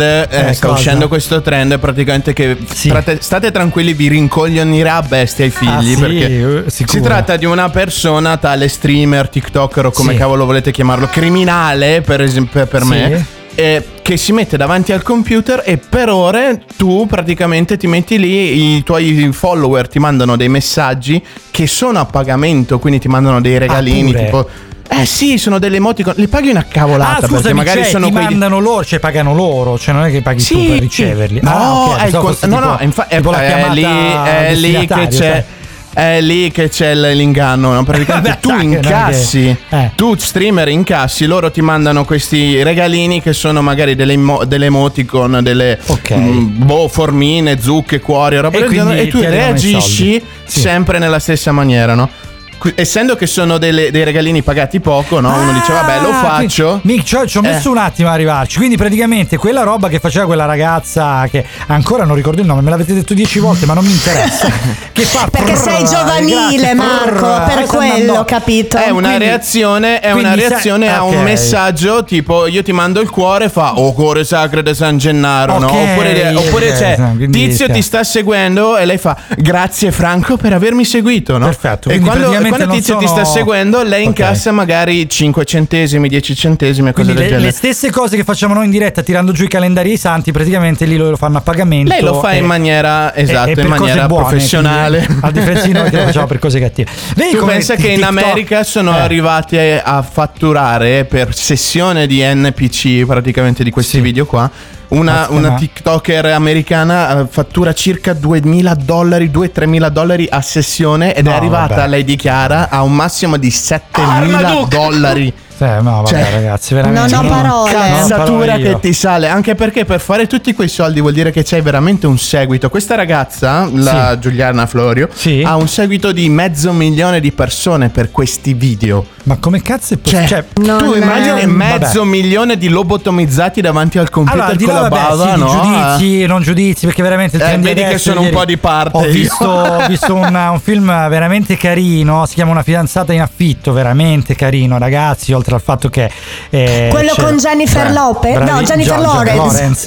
trend, questo trend praticamente che state tranquilli, vi rincoglionirà a bestia ai figli, perché si tratta di una persona, tale streamer, tiktoker o come cavolo volete chiamarlo, criminale per esempio per me, che si mette davanti al computer e per ore tu praticamente ti metti lì, i tuoi follower ti mandano dei messaggi che sono a pagamento, quindi ti mandano dei regalini tipo sono delle emoticon, li paghi una cavolata, scusami, perché magari sono ti mandano loro, cioè pagano loro, cioè non è che paghi tu per riceverli. Infatti è lì che c'è. È lì che c'è l'inganno, no? Praticamente tu incassi, tu streamer incassi, loro ti mandano questi regalini che sono magari delle emoticon, delle formine, zucche, cuori, roba del genere, e tu reagisci sempre nella stessa maniera, no? Essendo che sono dei regalini pagati poco, no? Uno dice vabbè, lo faccio. Ci ho messo un attimo a arrivarci. Quindi praticamente quella roba che faceva quella ragazza, che ancora non ricordo il nome, me l'avete detto 10 volte, ma non mi interessa. Che fa perché sei giovanile, Marco, per quello, capito? È una reazione a un messaggio tipo io ti mando il cuore, fa cuore sacro di San Gennaro, no? Oppure c'è Tizio ti sta seguendo e lei fa grazie Franco per avermi seguito, no? Perfetto. E quando Tizio ti sta seguendo, lei incassa magari 5 centesimi, 10 centesimi, cose del genere. Le stesse cose che facciamo noi in diretta tirando giù i calendari ai santi, praticamente lì lo fanno a pagamento. Lei lo fa in maniera in maniera professionale, a differenza di noi che lo facciamo per cose cattive. Tu pensa che in America sono arrivati a fatturare per sessione di NPC praticamente di questi video qua. Una TikToker americana fattura circa $2.000, $2.000-3.000 a sessione ed è arrivata, lei dichiara, a un massimo di $7.000. Ragazzi, veramente non ho parole. Cazzatura che ti sale, anche perché per fare tutti quei soldi vuol dire che c'hai veramente un seguito. Questa ragazza, la Giuliana Florio, ha un seguito di 500.000 di persone per questi video. Ma come cazzo è possibile? Tu immagini 500.000 di lobotomizzati davanti al computer con la bava, no? Non giudizi, perché veramente il trend vedi che sono un po' di parte. Ho visto un film veramente carino, si chiama Una fidanzata in affitto, veramente carino, ragazzi, oltre al fatto che quello con Jennifer Lopez, Jennifer Lawrence.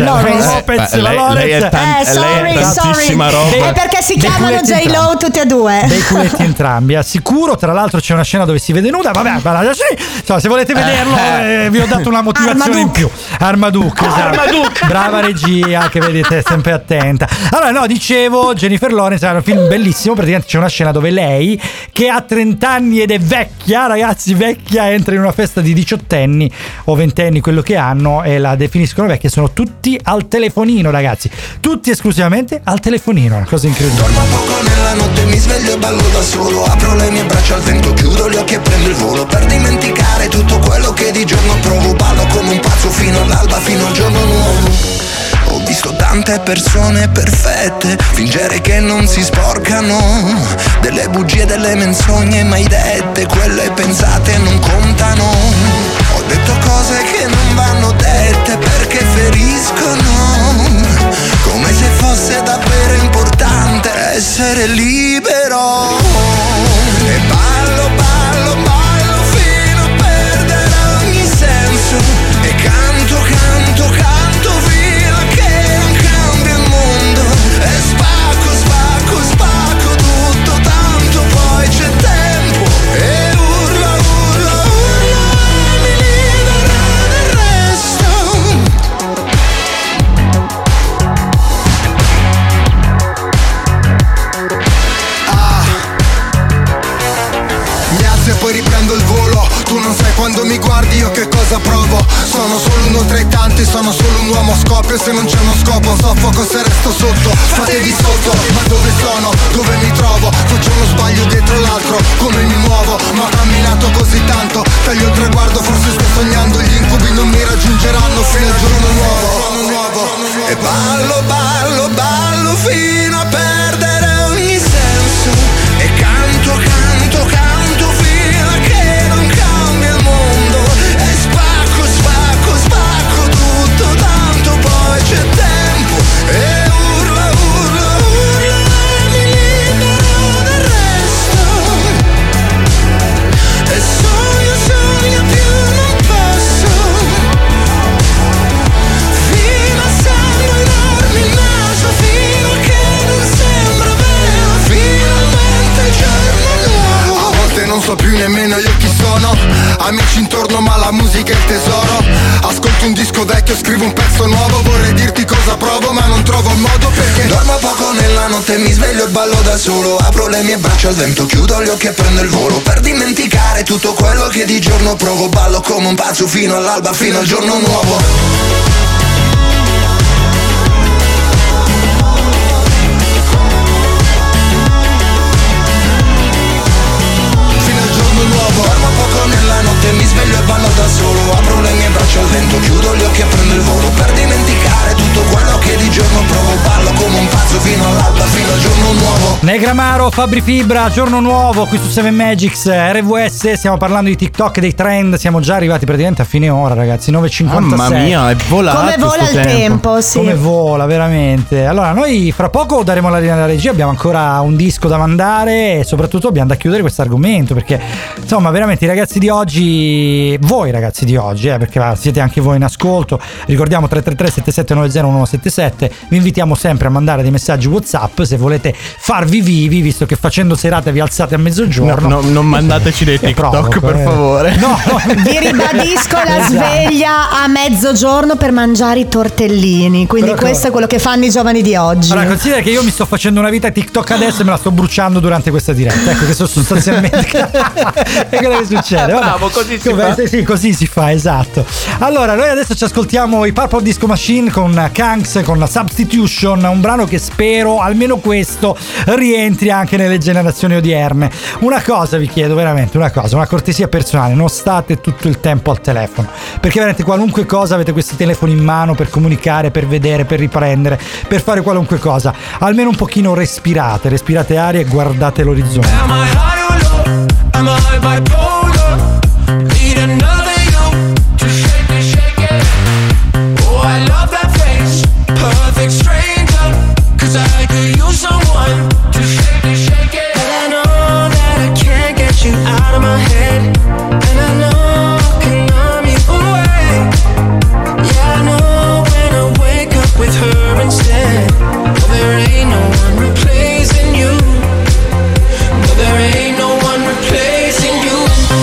Lei è tantissima roba. È perché si chiamano J-Lo tutti e due. Dei culetti entrambi. Sicuro, tra l'altro c'è una scena dove si vede nuda, vabbè, vabbè, insomma, se volete vederlo vi ho dato una motivazione in più. Armaduke, esatto. Brava regia, che vedete, sempre attenta. Allora, no, dicevo, Jennifer Lawrence è un film bellissimo. Praticamente c'è una scena dove lei, che ha 30 anni ed è vecchia, ragazzi, vecchia, entra in una festa di 18enni o 20enni, quello che hanno, e la definiscono vecchia. Sono tutti al telefonino, ragazzi, tutti esclusivamente al telefonino, una cosa incredibile. Dormo poco nella notte, mi sveglio e ballo da solo. Apro le mie braccia al vento, chiudo gli occhi e prendo il volo, per dimenticare tutto quello che di giorno provo. Ballo come un pazzo fino all'alba, fino al giorno nuovo. Ho visto tante persone perfette fingere che non si sporcano, delle bugie, delle menzogne mai dette, quelle pensate non contano. Ho detto cose che non vanno dette perché feriscono, come se fosse davvero importante essere libero. E ballo, ballo, ballo fino a perdere ogni senso, e canto, canto, canto fino a che non cambia il mondo, e spacco, spacco, spacco tutto, tanto poi c'è tempo, e urla, urla, urla, mi libera del resto. E poi riprendo il volo, tu non sai quando mi guardi io che cosa provo. Sono solo uno tra i tanti, sono solo un uomo a scoppio. Se non c'è uno scopo soffoco se resto sotto. Fatevi sotto, ma dove sono? Dove mi trovo? Faccio uno sbaglio dietro l'altro, come mi muovo? Ma ho camminato così tanto, taglio il traguardo, forse sto sognando. Gli incubi non mi raggiungeranno fino al giorno nuovo. E ballo, ballo, ballo fino a perdere ogni senso, e canto, canto, canto fino a che non cambia il mondo, e spacco, spacco, spacco tutto, tanto poi c'è tempo, e urla, urla, urla, mi libero del resto, e sogno, sogno più non posso, fino a sanguinarmi il naso, fino a che non sembra vero, finalmente il giorno nuovo. A volte non so più nemmeno io chi sono, amici intorno ma la musica è il tesoro. Ascolto un disco vecchio, scrivo un pezzo nuovo, vorrei dirti cosa provo ma non trovo il modo perché dormo poco nella notte, mi sveglio e ballo da solo. Apro le mie braccia al vento, chiudo gli occhi e prendo il volo, per dimenticare tutto quello che di giorno provo. Ballo come un pazzo fino all'alba, fino al giorno nuovo. Dormo poco nella notte, mi sveglio e ballo da solo. Apro le mie braccia al vento, chiudo gli occhi e prendo il volo, per dimenticare tutto quello che di giorno provo. Ballo come un pazzo fino all'alba, fino al giorno nuovo. Negramaro, Fabri Fibra, giorno nuovo qui su 7 Magics, RVS. Stiamo parlando di TikTok e dei trend. Siamo già arrivati praticamente a fine ora, ragazzi, 9:56. Mamma mia, è volato. Come vola il tempo, sì. Come vola, veramente. Allora, noi fra poco daremo la linea alla regia. Abbiamo ancora un disco da mandare e soprattutto abbiamo da chiudere questo argomento, perché insomma veramente i ragazzi di oggi, voi ragazzi di oggi, perché siete anche voi in ascolto, ricordiamo 333-7790-177. Vi invitiamo sempre a mandare dei messaggi WhatsApp se volete farvi vivi, visto che facendo serate vi alzate a mezzogiorno. No, non mandateci dei TikTok, per favore. No. Vi ribadisco la sveglia a mezzogiorno per mangiare i tortellini, quindi però questo è quello che fanno i giovani di oggi. Allora, considera che io mi sto facendo una vita TikTok adesso e me la sto bruciando durante questa diretta. Ecco, che sono sostanzialmente è quello che succede. Bravo, così si fa. Sì, così si fa, esatto. Allora, noi adesso ci ascoltiamo i Purple Disco Machine con Kanks, con Substitution, un brano che spero, almeno questo, rientri anche nelle generazioni odierne. Una cosa vi chiedo, veramente, una cortesia personale: non state tutto il tempo al telefono, perché veramente qualunque cosa avete questi telefoni in mano per comunicare, per vedere, per riprendere, per fare qualunque cosa. Almeno un pochino respirate aria e guardate l'orizzonte. Am I bipolar? Need another you to shake it. Oh, I love that face, perfect stranger. 'Cause I could use someone to shake it. But I know that I can't get you out of my head. And I know I can numb you away. Yeah, I know when I wake up with her instead. But there ain't no one replacing you. But there ain't no one replacing you.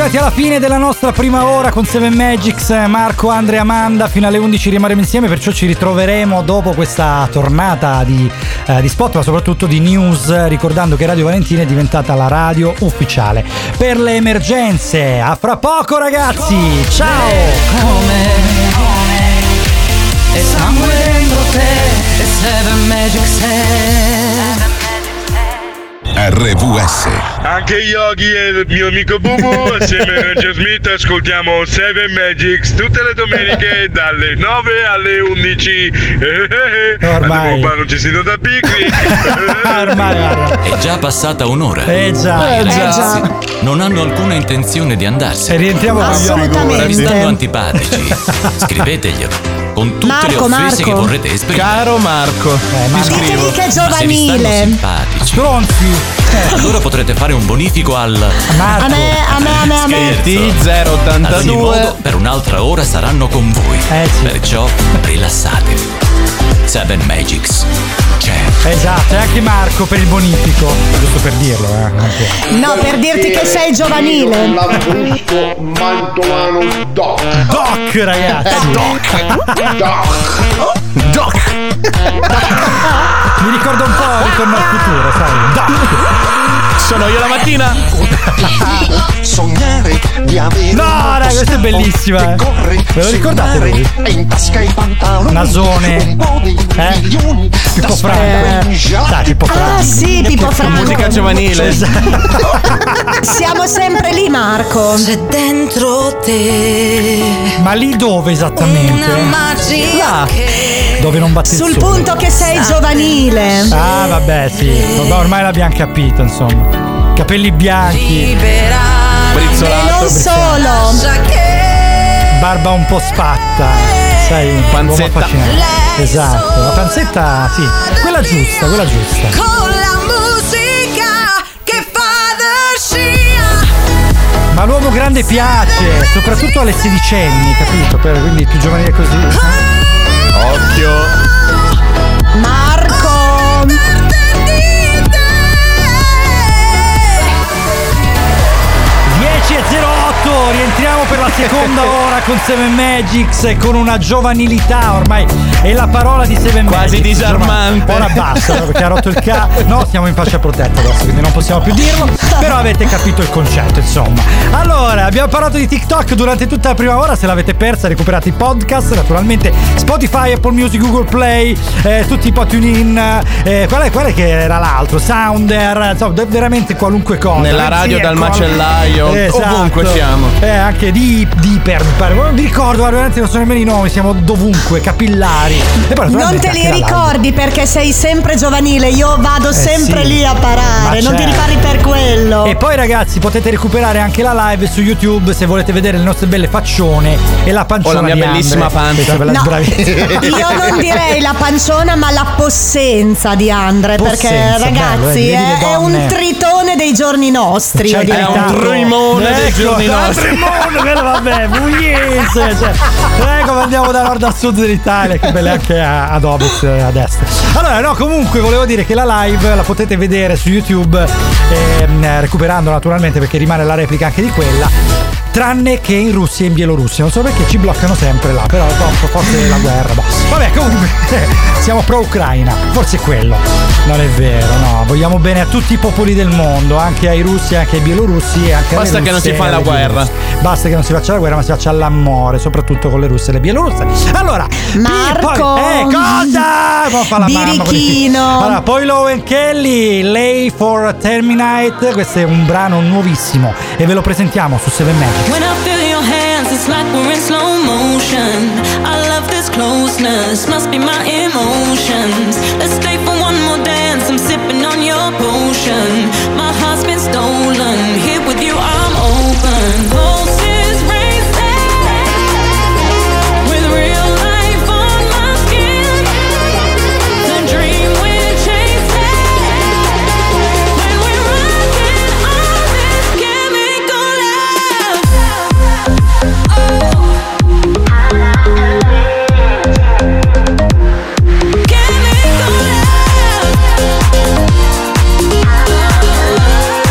arrivati alla fine della nostra prima ora con 7 Magics, Marco, Andrea, Amanda, fino alle 11 rimarremo insieme, perciò ci ritroveremo dopo questa tornata di spot, ma soprattutto di news, ricordando che Radio Valentina è diventata la radio ufficiale per le emergenze. A fra poco ragazzi, ciao! E sangue dentro te, e 7 Magics RVS. Anche Yogi e il mio amico Bubu assieme a Ranger Smith ascoltiamo 7 Magics tutte le domeniche dalle 9 alle 11. Ormai non ci si da picnic. Ormai è già passata un'ora. Già. Non hanno alcuna intenzione di andarsene. E rientriamo con gli Ora vi stanno antipatici. Scriveteglielo con tutte le offese che vorrete esprimere. Caro Marco, ti scrivo. Ditegli che è Ma se vi stanno giovanile. simpatici, stronzi. allora potrete fare un bonifico al A me. Scherzo. T082. Ad ogni modo, per un'altra ora saranno con voi. Sì. Perciò rilassatevi. 7 Magics c'è. Esatto, e anche Marco per il bonifico, giusto per dirlo, No, per dirti che sei giovanile. Lambrusco Mantovano Doc. Doc, ragazzi. Doc. Mi ricorda un po' Ritorno al futuro, sai? Doc. Sono io la mattina. Sognare di avere No, raga, questa è bellissima. Ve lo ricordate voi? in tasca i pantaloni. Nasone. Pippo Franco. Dai, Pippo Franco. Ah sì, Pippo Franco. Musica giovanile. Siamo sempre lì, Marco. C'è dentro te Ma lì dove esattamente? una magia Dove non batte il Sul sole. punto che sei giovanile. Ah, vabbè, sì. Vabbè, ormai l'abbiamo capito, insomma. Capelli bianchi. E non solo. Barba un po' spatta. Sai, Panzetta. Esatto, la panzetta, sì. Quella giusta. con la musica che fa da scia. Ma l'uomo grande piace, soprattutto alle sedicenni, capito? Quindi più giovanile così. Occhio. Marco. 10:08, rientriamo per la seconda ora con 7 Magics e con una giovanilità, ormai è la parola di 7 Magics. Quasi disarmante. Ora basta, perché ha rotto il no, siamo in fascia protetta adesso, quindi non possiamo più dirlo, però avete capito il concetto, insomma. Allora, abbiamo parlato di TikTok durante tutta la prima ora, se l'avete persa recuperate i podcast, naturalmente Spotify, Apple Music, Google Play, tutti i po' TuneIn, qual è che era l'altro? Sounder, insomma, veramente qualunque cosa. Nella radio dal macellaio. Ovunque siamo. Anche Deeper, mi pare. Non mi ricordo, veramente non sono nemmeno i nomi, siamo dovunque, capillari. E poi, Non te li ricordi perché sei sempre giovanile. Io vado sempre lì a parare. Non ti ripari per quello. E poi ragazzi potete recuperare anche la live su YouTube se volete vedere le nostre belle faccione e la panciona. O la mia bellissima pancia. No, io non direi la panciona, ma la possenza di Andre. Perché ragazzi è un tritone dei giorni nostri. È un trimone dei giorni nostri. Quello vabbè, pugliese, come andiamo da nord a sud dell'Italia, che belle anche ad ovest e ad est. Allora, no, comunque volevo dire che la live la potete vedere su YouTube, recuperando naturalmente, perché rimane la replica anche di quella, tranne che in Russia e in Bielorussia. Non so perché ci bloccano sempre là, però forse è la guerra. Vabbè, comunque siamo pro Ucraina, forse è quello. Non è vero, no, vogliamo bene a tutti i popoli del mondo, anche ai russi, anche ai bielorussi e anche Basta che non si fa la guerra. Basta che non si faccia la guerra, ma si faccia l'amore, soprattutto con le russe e le bielorusse. Allora, Marco, cosa? Birichino. Allora, poi Lowen Kelly, Lay for Terminate. Questo è un brano nuovissimo e ve lo presentiamo su 7 Magic. When I feel your hands, it's like we're in slow motion. I love this closeness, must be my emotions. Let's stay for one more dance, I'm sipping on your potion. My heart's been stolen, here with you I'm open. Pulses racing, with real life on my skin. The dream we're chasing, when we're rocking all this chemical love. Chemical love.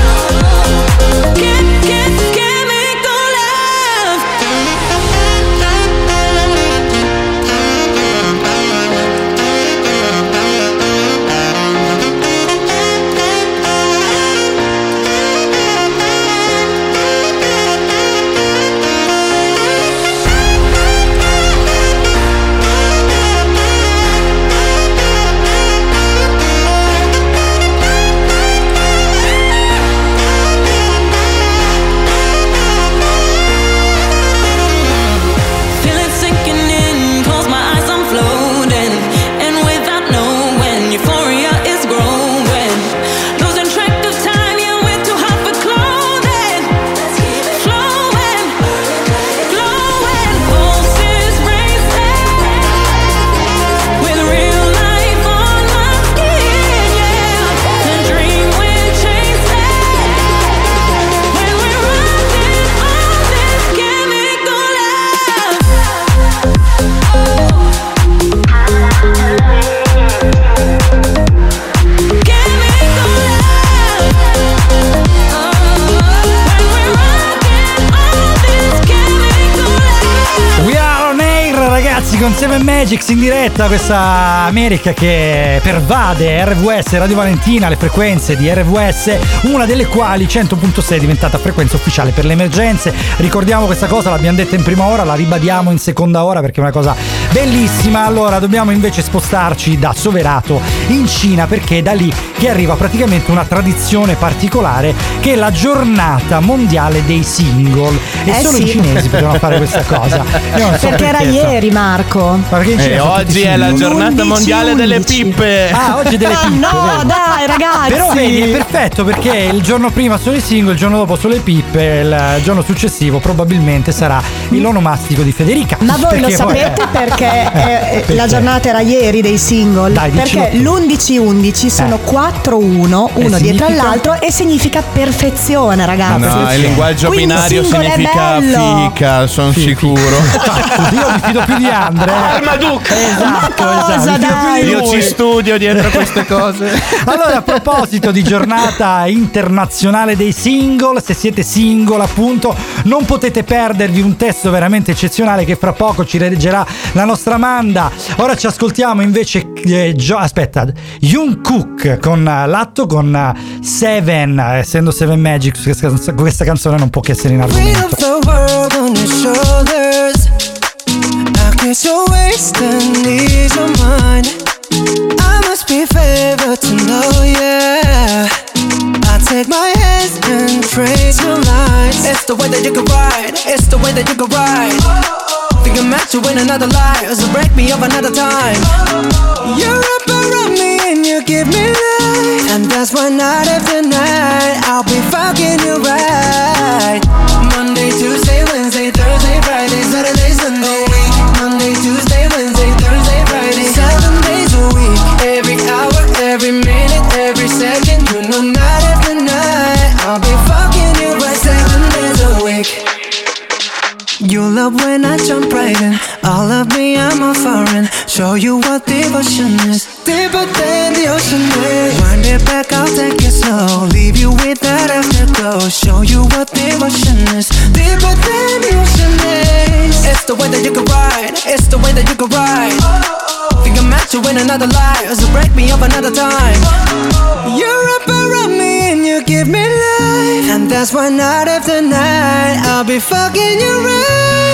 Seven Magics in diretta, questa America che pervade RVS, Radio Valentina, le frequenze di RVS, una delle quali 100.6 è diventata frequenza ufficiale per le emergenze. Ricordiamo questa cosa, l'abbiamo detta in prima ora, la ribadiamo in seconda ora perché è una cosa bellissima. Allora dobbiamo invece spostarci da Soverato in Cina, perché è da lì che arriva praticamente una tradizione particolare che è la giornata mondiale dei single, e solo i cinesi potevano fare questa cosa. Perché era ieri, Marco. Ma perché oggi è la giornata mondiale delle pippe. Ah, oggi delle pippe. No, dai, ragazzi. Però vedi, è perfetto, perché il giorno prima sono i single, il giorno dopo sono le pippe, il giorno successivo probabilmente sarà l'onomastico di Federica. Ma voi lo sapete perché la giornata era ieri dei single? Dai, perché l'11-11 sono 4-1, uno dietro all'altro, e significa perfezione, ragazzi. No, il linguaggio quindi binario significa fica, sono sicuro. Io mi fido più di Andre. Marmaduke. Esatto. Io ci studio dietro queste cose. Allora, a proposito di giornata internazionale dei single, se siete single appunto non potete perdervi un testo veramente eccezionale che fra poco ci leggerà la nostra Amanda. Ora ci ascoltiamo invece Jungkook con l'atto con Seven, essendo Seven Magic, questa canzone non può che essere in argomento. Guess you're wasting these on mine. I must be favored to know, yeah. I take my hands and trace your lines. It's the way that you can ride. It's the way that you can ride. Think I'm meant to win another life, so break me up another time. You're up around me and you give me life, and that's why night after night I'll be fucking you right. Monday, Tuesday, Wednesday, Thursday, Friday, Saturday, Sunday. Monday, Tuesday, Wednesday, Thursday, Friday, 7 days a week. Every hour, every minute, every second. You know night after night I'll be fucking you right 7 days a week. You love when I jump right in. All of me, I'm a foreign. Show you what devotion is. Deeper than the ocean is. Wind it back, I'll take it slow. Leave you with that afterglow. Show you what devotion is. Deeper than the ocean is. It's the way that you can ride. It's the way that you can ride. Think I'm meant to win another life, so break me up another time. You're up around me and you give me life, and that's why night after night I'll be fucking you right.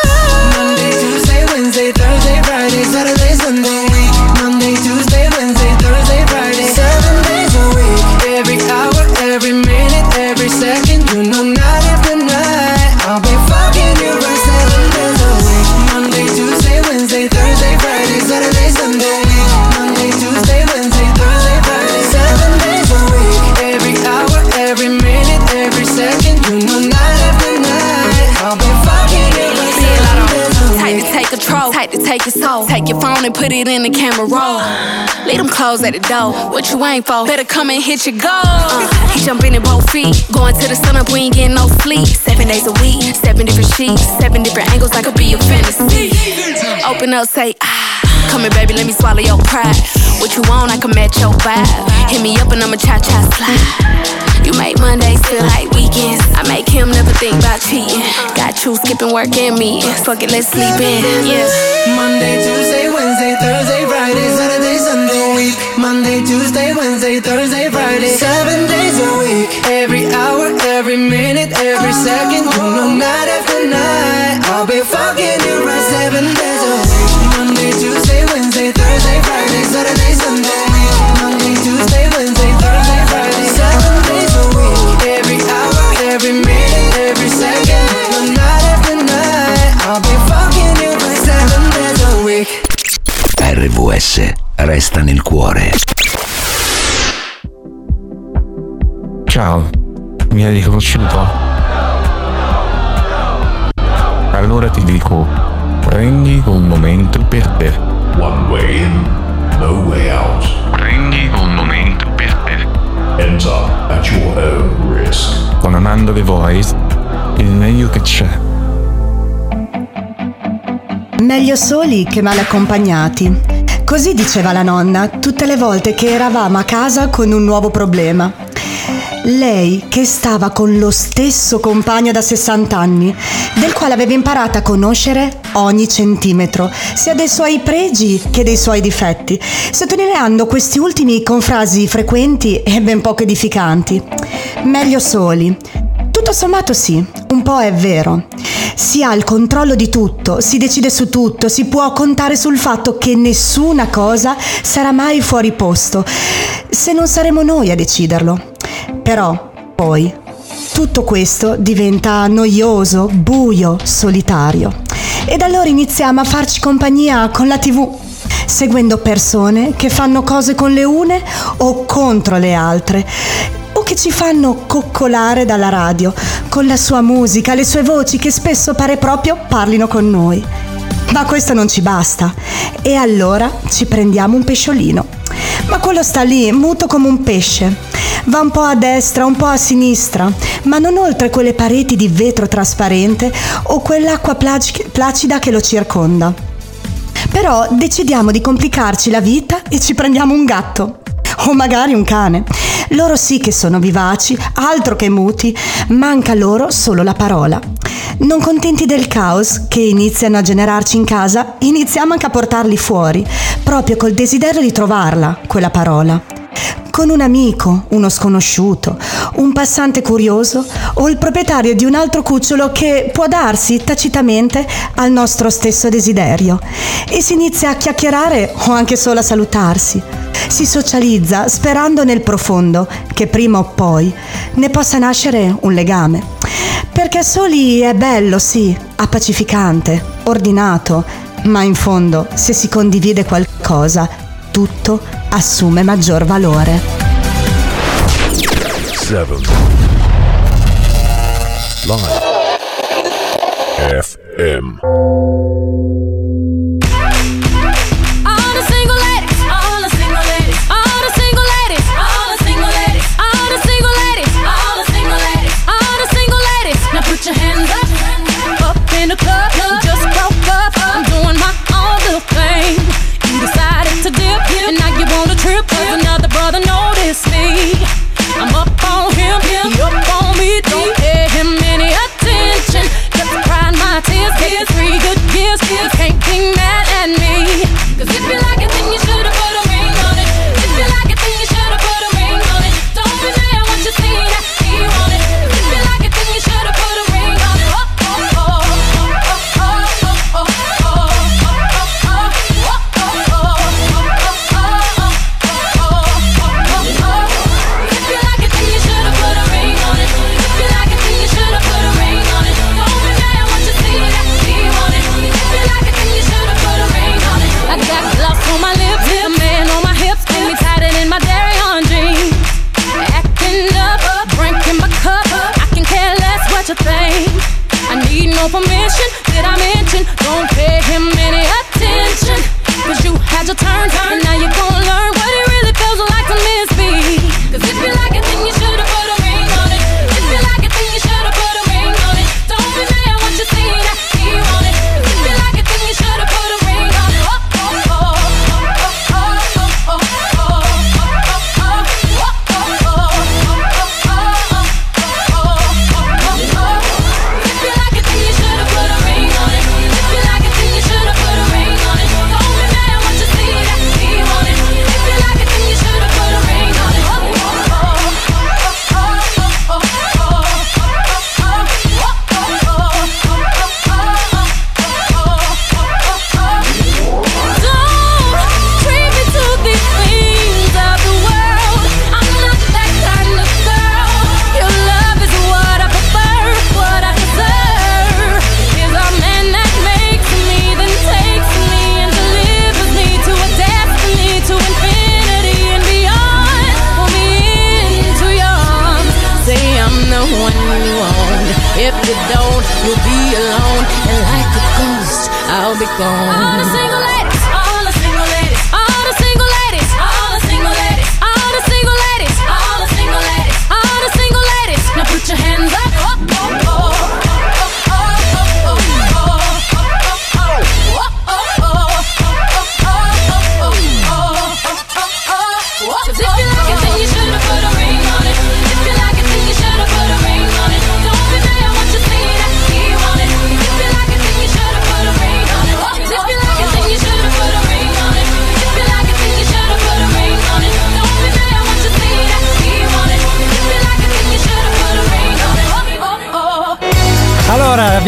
Monday, Tuesday, Wednesday, Thursday, Friday, Saturday, Sunday. Monday, Tuesday, Wednesday, Thursday, Friday, 7 days a week. Every hour, every minute, every second. You know night after night I'll be fucking you right 7 days a week. Monday, Tuesday, Wednesday, Thursday, Friday, Saturday, Sunday. Monday, Tuesday, Wednesday, Thursday, Friday, 7 days a week. Every hour, every minute, every second. You know night after night I'll be fucking you right 7 days a week. Tight to take control, tight to take your soul. Take your phone and put it in the camera roll. Leave them clothes at the door. What you ain't for? Better come and hit your goal. He jumping in both feet. Going to the sun up, we ain't getting no sleep. 7 days a week, 7 different sheets, 7 different angles, that could be a fantasy. Open up, say ah. Come here, baby, let me swallow your pride. What you want, I can match your vibe. Hit me up and I'ma cha-cha slide. You make Mondays feel like weekends. I make him never think about cheating. Got you skipping work and meetings. Fuck it, let's sleep in, yeah. Monday, Tuesday, Wednesday, Thursday, Friday, Saturday, Sunday, week. Monday, Tuesday, Wednesday, Thursday, Friday, 7 days a week. Every hour, every minute, every second. You know night after night I'll be fucking you right 7 days a week. Monday, Tuesday, Wednesday, Thursday, Friday, Saturday, Sunday. Monday, Tuesday, Wednesday, Thursday, Friday, 7 days a week. Every hour, every minute, every second. You know night after night I'll be fucking you right 7 days a week. RVS resta nel cuore. Ciao, mi hai riconosciuto? Allora ti dico, prendi un momento per te. One way in, no way out. Prendi un momento per te. Enter at your own risk. Con Amanda The Voice, il meglio che c'è. Meglio soli che male accompagnati. Così diceva la nonna tutte le volte che eravamo a casa con un nuovo problema. Lei che stava con lo stesso compagno da 60 anni, del quale aveva imparato a conoscere ogni centimetro, sia dei suoi pregi che dei suoi difetti, sottolineando questi ultimi con frasi frequenti e ben poco edificanti. Meglio soli. Tutto sommato sì, un po' è vero. Si ha il controllo di tutto, si decide su tutto, si può contare sul fatto che nessuna cosa sarà mai fuori posto, se non saremo noi a deciderlo. Però, poi, tutto questo diventa noioso, buio, solitario. Ed allora iniziamo a farci compagnia con la TV, seguendo persone che fanno cose con le une o contro le altre, o che ci fanno coccolare dalla radio, con la sua musica, le sue voci che spesso pare proprio parlino con noi. Ma questo non ci basta, e allora ci prendiamo un pesciolino. Ma quello sta lì, muto come un pesce. Va un po' a destra, un po' a sinistra, ma non oltre quelle pareti di vetro trasparente o quell'acqua placida che lo circonda. Però decidiamo di complicarci la vita e ci prendiamo un gatto. O magari un cane. Loro sì che sono vivaci, altro che muti, manca loro solo la parola. Non contenti del caos che iniziano a generarci in casa, iniziamo anche a portarli fuori, proprio col desiderio di trovarla, quella parola. Con un amico, uno sconosciuto, un passante curioso o il proprietario di un altro cucciolo che può darsi tacitamente al nostro stesso desiderio. E si inizia a chiacchierare o anche solo a salutarsi. Si socializza sperando nel profondo che prima o poi ne possa nascere un legame. Perché soli è bello, sì, appacificante, ordinato, ma in fondo se si condivide qualcosa, tutto assume maggior valore. 7 Live FM. Put your hands up in the club. You just broke up. I'm doing my own little thing. You decided to dip, and now you want a trip. Cause another brother noticed me. I'm up on him, he up on me. Don't pay him any attention. Just crying my tears. Get 3 good years. You can't be mad at me. Cause if you like it, then you should've put a ring on it. If you like it, then you should've put a ring on it. Don't be mad when you see that he want it. If you like it, then you should've put a ring on it. I need no permission, did I mention? Don't pay him any attention. Cause you had your turn, and now you're gonna learn what it really feels like to miss me. Cause if you like it, then you should've put a ring on it. If you like it, then you should've put a ring on it. Don't be mad when you see that he want it. If you like it, then you should've put a ring on it. If you don't, you'll be alone, and like a ghost, I'll be gone. All the single ladies, all the single ladies, all the single ladies, all the single ladies, all the single ladies, all the single ladies, all the single ladies. Now put your hands up. Cause if you like it, then you should've put a ring on it. If you like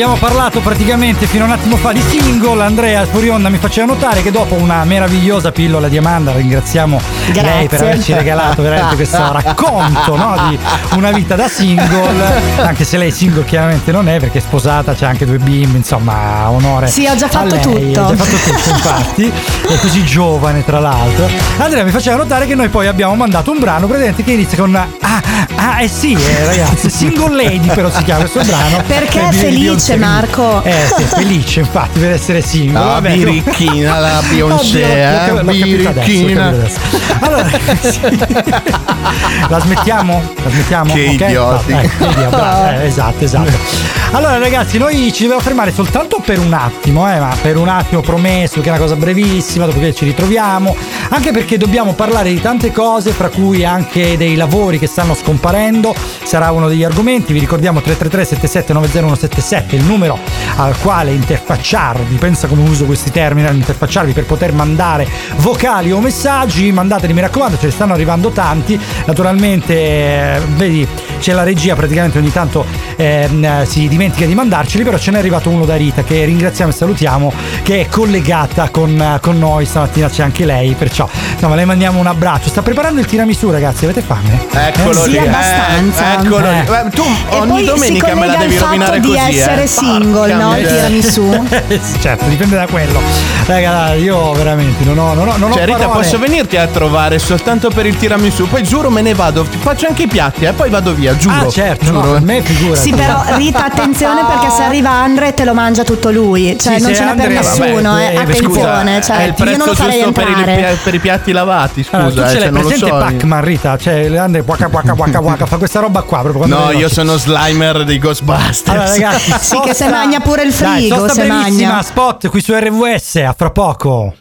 abbiamo parlato praticamente fino a un attimo fa di single. Andrea fuori onda mi faceva notare che dopo una meravigliosa pillola di Amanda, ringraziamo lei per averci regalato veramente questo racconto, no, di una vita da single, anche se lei single chiaramente non è, perché è sposata, c'ha anche 2 bimbi, insomma, onore. Sì, ho già fatto lei. tutto. Ha già fatto tutto, infatti, è così giovane tra l'altro. Andrea mi faceva notare che noi poi abbiamo mandato un brano presente che inizia con sì, ragazzi, Single Lady però si chiama questo brano. Perché è felice, Marco? Sì, è felice infatti per essere single. No, birichina la Beyoncé, birichina. Allora, sì. La smettiamo? Che idioti. Esatto. Allora ragazzi, noi ci dobbiamo fermare soltanto per un attimo, ma per un attimo promesso, che è una cosa brevissima, dopodiché ci ritroviamo, anche perché dobbiamo parlare di tante cose, fra cui anche dei lavori che stanno scomparendo. Sarà uno degli argomenti. Vi ricordiamo 333-7790-177, il numero al quale interfacciarvi. Pensa come uso questi termini, interfacciarvi per poter mandare vocali o messaggi. Mandateli, mi raccomando, ce ne stanno arrivando tanti. Naturalmente vedi, c'è la regia, praticamente ogni tanto si dimentica di mandarceli, però ce n'è arrivato uno da Rita, che ringraziamo e salutiamo, che è collegata con noi stamattina. C'è anche lei, perciò insomma le mandiamo un abbraccio. Sta preparando il tiramisù, ragazzi, avete fame? Eccolo lì, abbastanza. Eccolo lì. Tu ogni domenica me la devi rovinare così, di essere single, no? Il tiramisù. Certo, dipende da quello. Raga, io veramente non ho cioè, Rita, parole. posso venirti a trovare soltanto per il tiramisù, poi giuro me ne vado, ti faccio anche i piatti e poi vado via, giuro. Certo, giuro. No, per me figura. Sì, però Rita, attenzione, perché se arriva Andre te lo mangia tutto lui, cioè sì, non ce n'è per nessuno, attenzione, scusa, cioè è il prezzo io non lo farei giusto entrare per i piatti lavati, scusa. Allora, tu ce l'hai non presente lo so. Pac-Man, Rita? Cioè Andre waka fa questa roba qua proprio. No, io sono Slimer dei Ghostbusters. Allora ragazzi, sì, che se magna pure il frigo. Dai, se brevissima, magna. spot qui su RVS, a fra poco.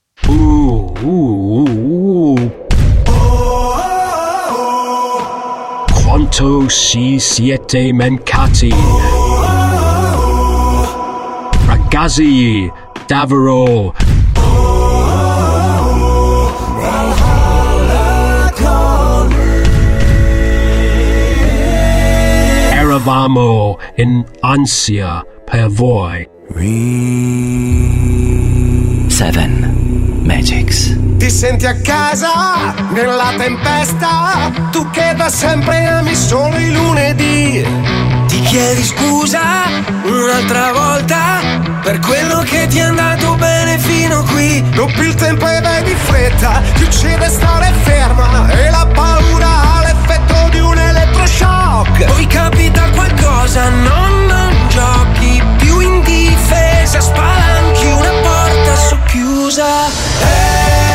Quanto si siete mancati, ragazzi, davvero. Eravamo in ansia per voi. 7 Magics. Ti senti a casa nella tempesta, tu che da sempre ami solo i lunedì. Ti chiedi scusa un'altra volta per quello che ti è andato bene fino qui. Doppi il tempo e vai di fretta, ti uccide stare ferma e la paura ha l'effetto di un elettroshock. Poi capita qualcosa, non giochi più in difesa, spalanchi una porta socchiusa.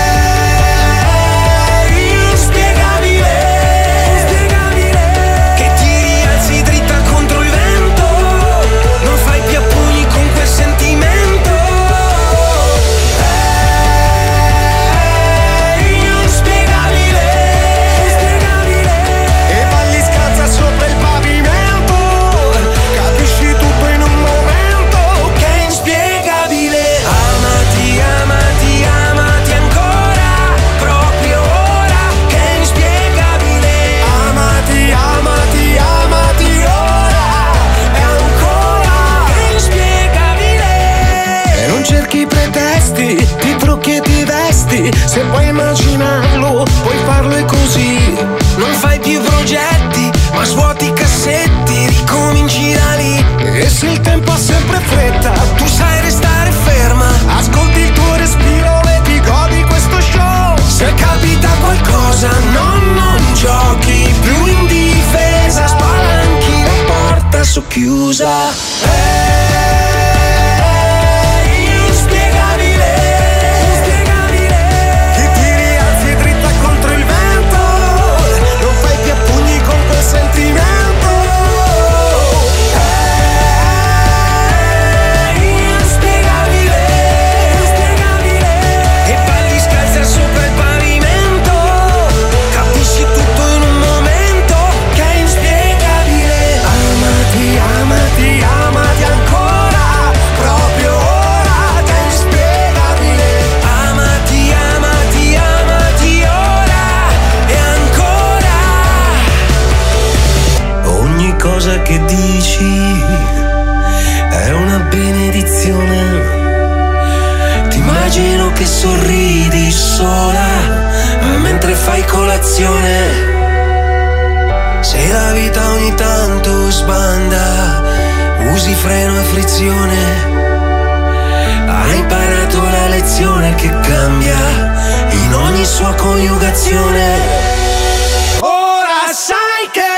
Ti trucchi e ti vesti, se puoi immaginarlo, puoi farlo e così. Non fai più progetti, ma svuoti i cassetti, ricominci da lì. E se il tempo ha sempre fretta, tu sai restare ferma, ascolti il tuo respiro e ti godi questo show. Se capita qualcosa, non giochi più in difesa, spalanchi la porta socchiusa. Amati, congratulazione. Se la vita ogni tanto sbanda, usi freno e frizione, hai imparato la lezione che cambia in ogni sua coniugazione. Ora sai che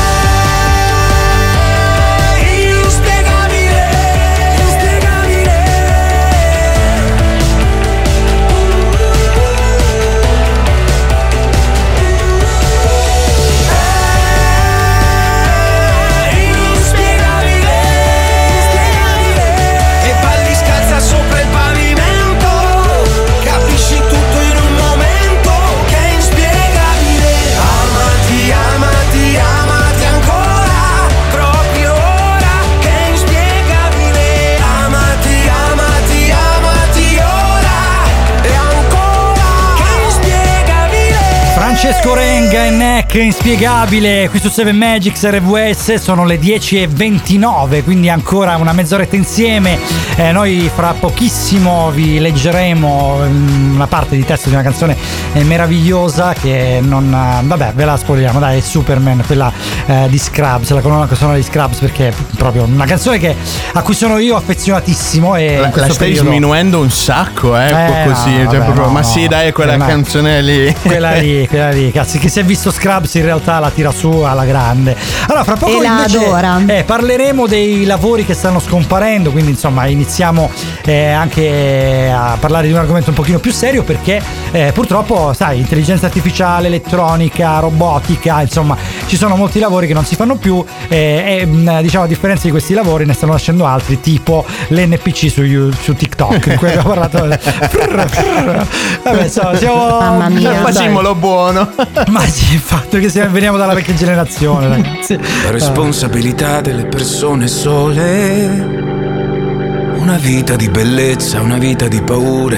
Francesco Renga e Neck, inspiegabile, qui su 7 Magics RVS. Sono le 10:29, quindi ancora una mezz'oretta insieme. Noi fra pochissimo vi leggeremo una parte di testo di una canzone meravigliosa che non... vabbè, ve la spoileriamo, dai, è Superman, quella di Scrubs, la colonna sonora di Scrubs, perché è proprio una canzone a cui sono io affezionatissimo. E la stai sminuendo un sacco, così, no, cioè, vabbè, proprio, no, ma sì, dai, quella canzone lì. Quella lì, cazzo, chi si è visto Scrubs in realtà la tira su alla grande. Allora, fra poco e invece adora. Parleremo dei lavori che stanno scomparendo, quindi insomma iniziamo anche a parlare di un argomento un pochino più serio, perché purtroppo, sai, intelligenza artificiale, elettronica, robotica, insomma ci sono molti lavori che non si fanno più diciamo, a differenza di questi lavori ne stanno nascendo altri, tipo l'NPC su TikTok, in cui abbiamo parlato. Vabbè, siamo mamma mia, facciamolo buono. Ma sì, il fatto che veniamo dalla vecchia generazione, ragazzi. La responsabilità delle persone sole, una vita di bellezza, una vita di paure,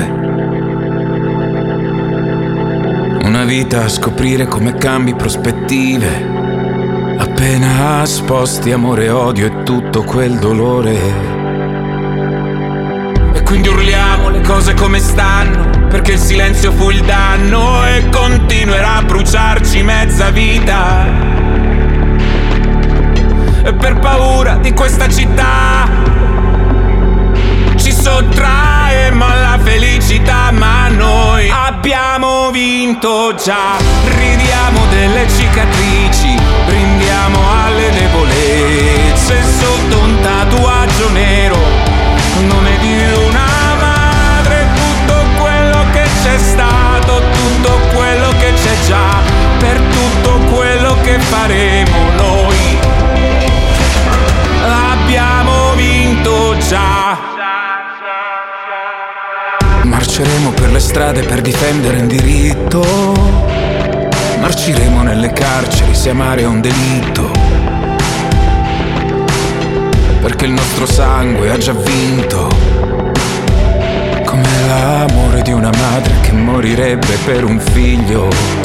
una vita a scoprire come cambi prospettive, appena sposti amore e odio e tutto quel dolore. E quindi urliamo le cose come stanno, perché il silenzio fu il danno e continuerà a bruciarci mezza vita. E per paura di questa città ci sottraemo alla felicità, ma noi abbiamo vinto già. Ridiamo delle cicatrici, brindiamo alle debolezze, sotto un tatuaggio nero, nome di una madre, tutto quello che c'è stato, tutto quello che c'è già, per tutto quello che faremo noi abbiamo vinto già. Marceremo per le strade per difendere il diritto, marciremo nelle carceri se amare è un delitto, perché il nostro sangue ha già vinto, come l'amore di una madre che morirebbe per un figlio.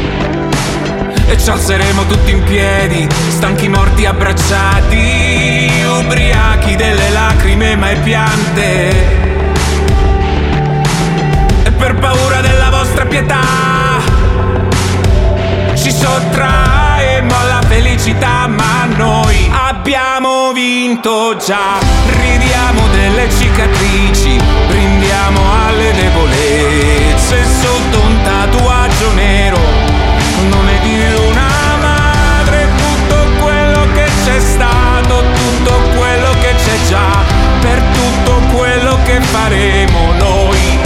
E ci alzeremo tutti in piedi, stanchi morti abbracciati, ubriachi delle lacrime mai piante. E per paura della vostra pietà ci sottraemo alla felicità, ma noi abbiamo vinto già. Ridiamo delle cicatrici, brindiamo alle debolezze, sotto un tatuaggio nero, nome di una madre, tutto quello che c'è stato, tutto quello che c'è già, per tutto quello che faremo noi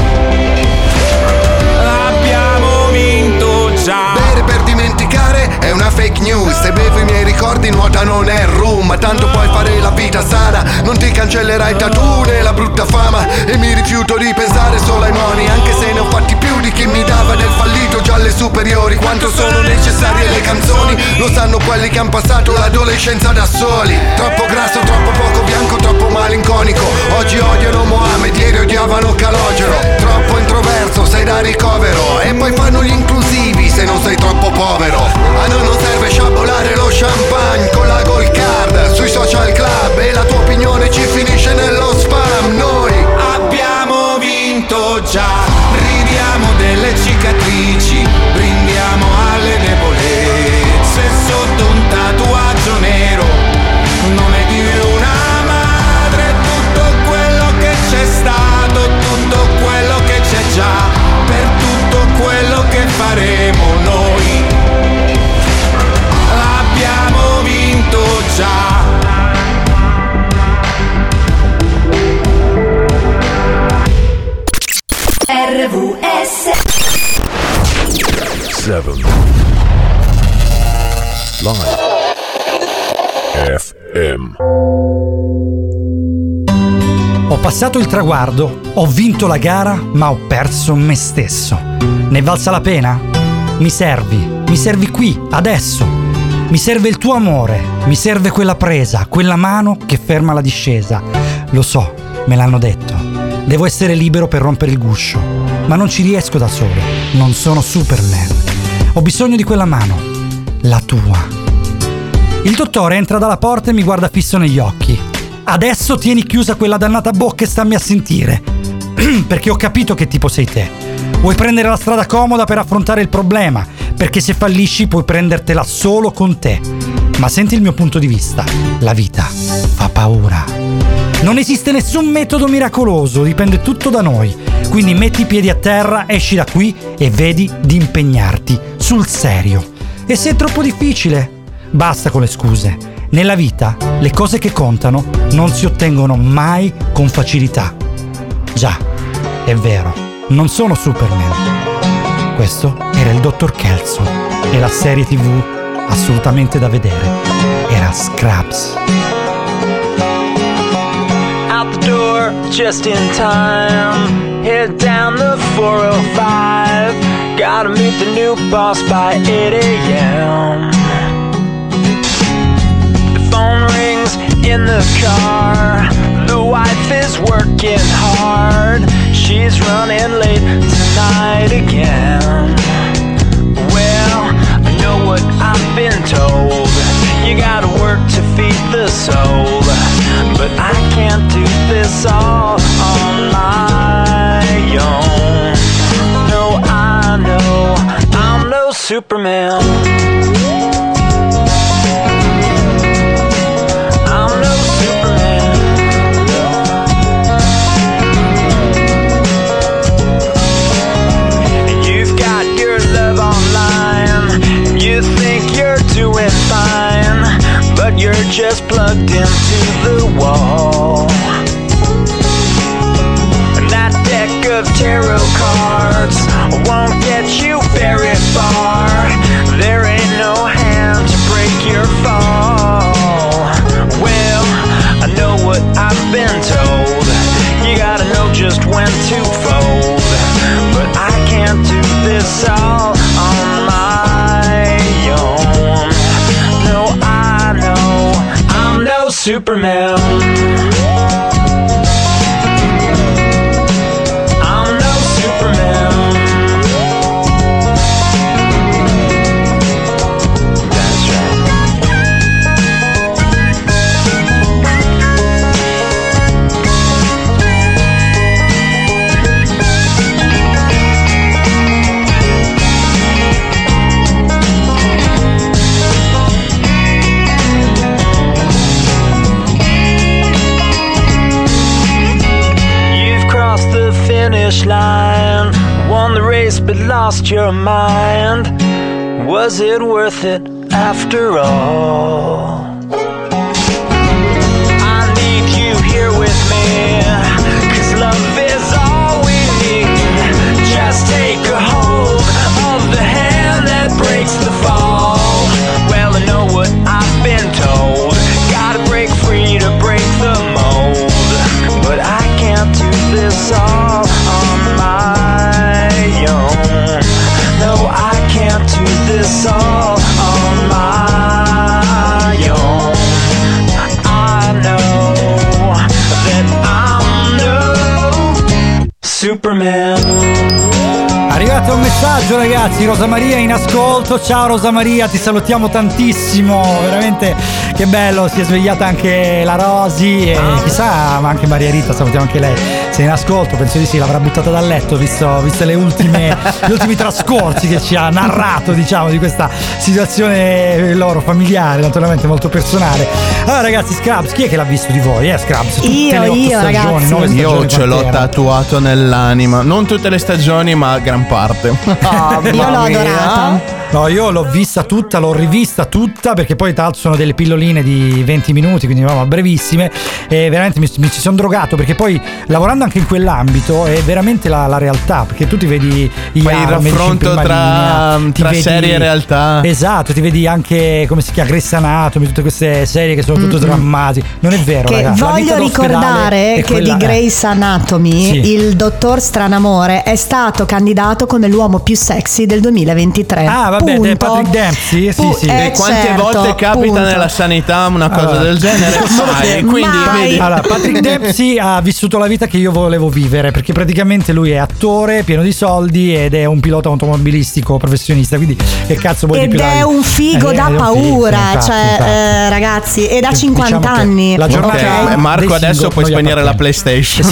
abbiamo vinto già. Bere per dimenticare è una fake news, se bevo i miei ricordi nuota non è rum, ma tanto puoi fare la vita sana, non ti cancellerai il tattoo né la brutta fama, e mi rifiuto di pensare solo ai moni, anche se ne ho fatti più di chi mi dava del fallito già alle superiori. Quanto sono necessarie le canzoni, lo sanno quelli che han passato l'adolescenza da soli. Troppo grasso, troppo poco bianco, troppo malinconico, oggi odiano Mohammed, ieri odiavano Calogero. Troppo introverso, sei da ricovero, e poi fanno gli inclusivi se non sei troppo povero. A noi non serve sciabolare lo champagne con la gold card sui social club, e la tua opinione ci finisce nello spam. Noi abbiamo vinto già. Ridiamo delle cicatrici, brindiamo alle 7 Live FM. Ho passato il traguardo, ho vinto la gara, ma ho perso me stesso. Ne è valsa la pena? Mi servi qui, adesso. Mi serve il tuo amore, mi serve quella presa, quella mano che ferma la discesa. Lo so, me l'hanno detto. Devo essere libero per rompere il guscio, ma non ci riesco da solo. Non sono Superman. Ho bisogno di quella mano, la tua. Il dottore entra dalla porta e mi guarda fisso negli occhi. Adesso tieni chiusa quella dannata bocca e stammi a sentire, perché ho capito che tipo sei te. Vuoi prendere la strada comoda per affrontare il problema, perché se fallisci puoi prendertela solo con te. Ma senti il mio punto di vista, la vita fa paura. Non esiste nessun metodo miracoloso, dipende tutto da noi. Quindi metti i piedi a terra, esci da qui e vedi di impegnarti sul serio. E se è troppo difficile, basta con le scuse. Nella vita, le cose che contano non si ottengono mai con facilità. Già, è vero, non sono Superman. Questo era il Dottor Kelso e la serie TV assolutamente da vedere era Scrubs. Out the door, just in time. Head down the 405. Gotta meet the new boss by 8 a.m. Phone rings in the car. The wife is working hard. She's running late tonight again. Well, I know what I've been told. You gotta work to feed the soul. But I can't do this all on my own. No, I know I'm no Superman. But you're just plugged into the wall. And that deck of tarot cards won't get you very far. There ain't no hand to break your fall. Well, I know what I've been told. You gotta know just when to fold. But I can't do this all on my own. No, I know I'm no Superman. I'm no Superman. That's finish line, won the race but lost your mind. Was it worth it after all? I need you here with me, 'cause love is all we need. Just take a hold of the hand that breaks the fall. Well, I know what I've been told. Gotta break free to break the mold. But I can't do this all on my own. No, I can't do this all on my own. I know that I'm no Superman. Arrivato un messaggio, ragazzi. Rosa Maria in ascolto. Ciao Rosa Maria, ti salutiamo tantissimo. Veramente che bello, si è svegliata anche la Rosi e chissà, ma anche Maria Rita, salutiamo anche lei. Sei in ascolto, penso di sì, l'avrà buttata dal letto visto gli ultimi trascorsi che ci ha narrato, diciamo, di questa situazione loro familiare, naturalmente molto personale. Allora ragazzi, Scrubs, chi è che l'ha visto di voi? Scrubs, tutte le 8 stagioni, 9 stagioni. Io ce l'ho tatuato nell'anima, non tutte le stagioni ma gran parte. forte. Io l'ho adorata. No, io l'ho vista tutta, l'ho rivista tutta, perché poi tra l'altro sono delle pilloline di 20 minuti, quindi brevissime, e veramente mi ci sono drogato, perché poi lavorando anche in quell'ambito è veramente la realtà, perché tu ti vedi il raffronto tra serie e realtà. Esatto, ti vedi anche, come si chiama, Grey's Anatomy, tutte queste serie che sono tutte drammatiche. Non è vero, che ragazzi. Voglio ricordare che di Grey's Anatomy il dottor Stranamore è stato candidato come l'uomo più sexy del 2023. Ah, vabbè, Patrick Dempsey, sì. E quante volte capita nella sanità una cosa del genere? Quindi vedi. Allora, Patrick Dempsey ha vissuto la vita che io volevo vivere, perché praticamente lui è attore, pieno di soldi, ed è un pilota automobilistico professionista, quindi che cazzo vuoi di più? Ed è un figo da paura, infatti. Ragazzi, è da 50 anni. La giornata Marco, adesso puoi spegnere la PlayStation.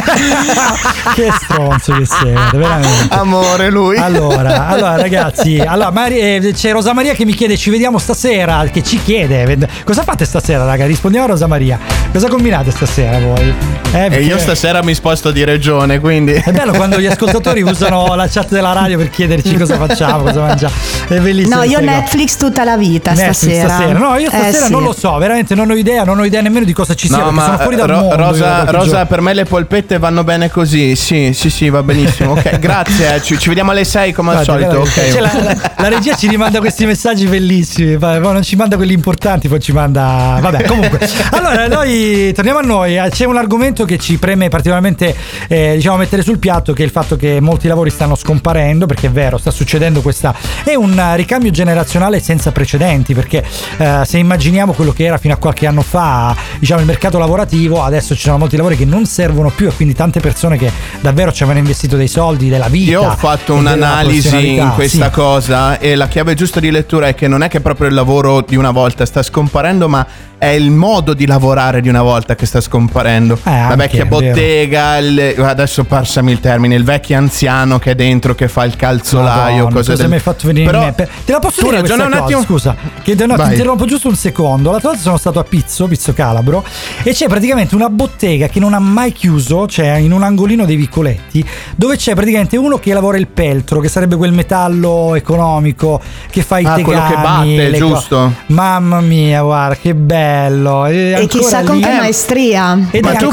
Che stronzo che sei, veramente. Amore lui. Allora ragazzi, c'è Rosa Maria che mi chiede: ci vediamo stasera? Che ci chiede: cosa fate stasera, raga? Rispondiamo a Rosa Maria. Cosa combinate stasera voi? E io stasera mi sposto di regione, quindi è bello quando gli ascoltatori usano la chat della radio per chiederci cosa facciamo, cosa mangiamo. È bellissimo. No, io Netflix tutta la vita stasera. No, io stasera non lo so, veramente non ho idea nemmeno di cosa ci sia, perché sono fuori dal mondo. Rosa, per me le polpette vanno bene così. Sì, va benissimo. Ok, grazie. Ci vediamo alle 6 come al solito. Ok. La regia ci rimanda questi messaggi bellissimi, poi non ci manda quelli importanti, poi ci manda. Vabbè, comunque. Allora, noi torniamo a noi. C'è un argomento che ci preme particolarmente mettere sul piatto, che è il fatto che molti lavori stanno scomparendo, perché è vero, sta succedendo è un ricambio generazionale senza precedenti, perché se immaginiamo quello che era fino a qualche anno fa, diciamo, il mercato lavorativo, adesso ci sono molti lavori che non servono più, e quindi tante persone che davvero ci avevano investito dei soldi, della vita. Io ho fatto un'analisi in questa cosa, e la chiave giusta di lettura è che non è che proprio il lavoro di una volta sta scomparendo, ma è il modo di lavorare di una volta che sta scomparendo. La vecchia bottega, adesso passami il termine, il vecchio anziano che è dentro, che fa il calzolaio, cose del... mi hai fatto venire in mente. Te la posso dire questa cosa? Attimo. Scusa, che ti interrompo giusto un secondo. L'altra volta sono stato a Pizzo Calabro, e c'è praticamente una bottega che non ha mai chiuso, cioè in un angolino dei Vicoletti, dove c'è praticamente uno che lavora il peltro, che sarebbe quel metallo economico che fa i tegami, quello che batte, giusto? Mamma mia, guarda che bello. E chissà con che maestria. Ma tu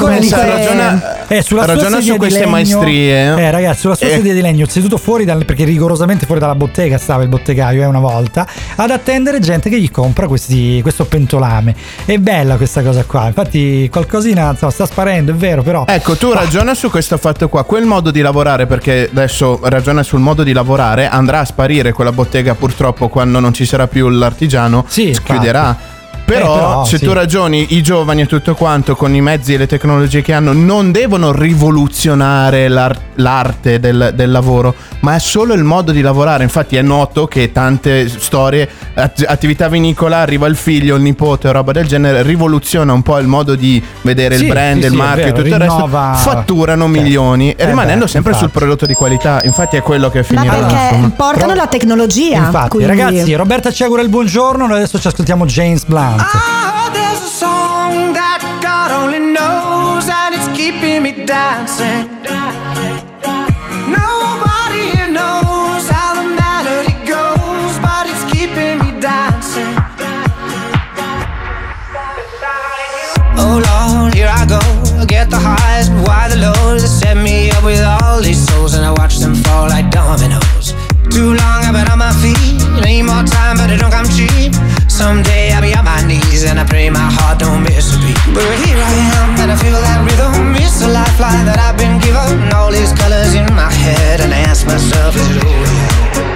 ragiona su queste maestrie. Ragazzi, sulla sua sedia di legno, seduto fuori perché rigorosamente fuori dalla bottega stava il bottegaio una volta, ad attendere gente che gli compra questo pentolame. È bella questa cosa qua, infatti qualcosina sta sparendo, è vero, però ecco, tu ragiona su questo fatto qua, quel modo di lavorare, perché adesso ragiona sul modo di lavorare, andrà a sparire quella bottega purtroppo quando non ci sarà più l'artigiano, chiuderà. Però se tu ragioni, i giovani e tutto quanto, con i mezzi e le tecnologie che hanno, non devono rivoluzionare l'arte del lavoro, ma è solo il modo di lavorare. Infatti è noto che tante storie, attività vinicola, arriva il figlio, il nipote o roba del genere, rivoluziona un po' il modo di vedere il brand, il marchio e tutto il resto, fatturano milioni, rimanendo sempre sul prodotto di qualità. Infatti è quello che finirà. Ma perché portano la tecnologia. Infatti, quindi... ragazzi, Roberta ci augura il buongiorno, noi adesso ci ascoltiamo James Blunt. There's a song that God only knows, and it's keeping me dancing. Nobody here knows how the melody goes, but it's keeping me dancing. Oh Lord, here I go, I get the highs, but why the lows? They set me up with all these souls, and I watch them fall like dominoes. Too long I've been on my feet, need more time, but I don't come cheap. Someday I'll be on my knees, and I pray my heart don't miss a beat. But here I am, and I feel that rhythm. It's a lifeline that I've been given. All these colors in my head, and I ask myself, is it over?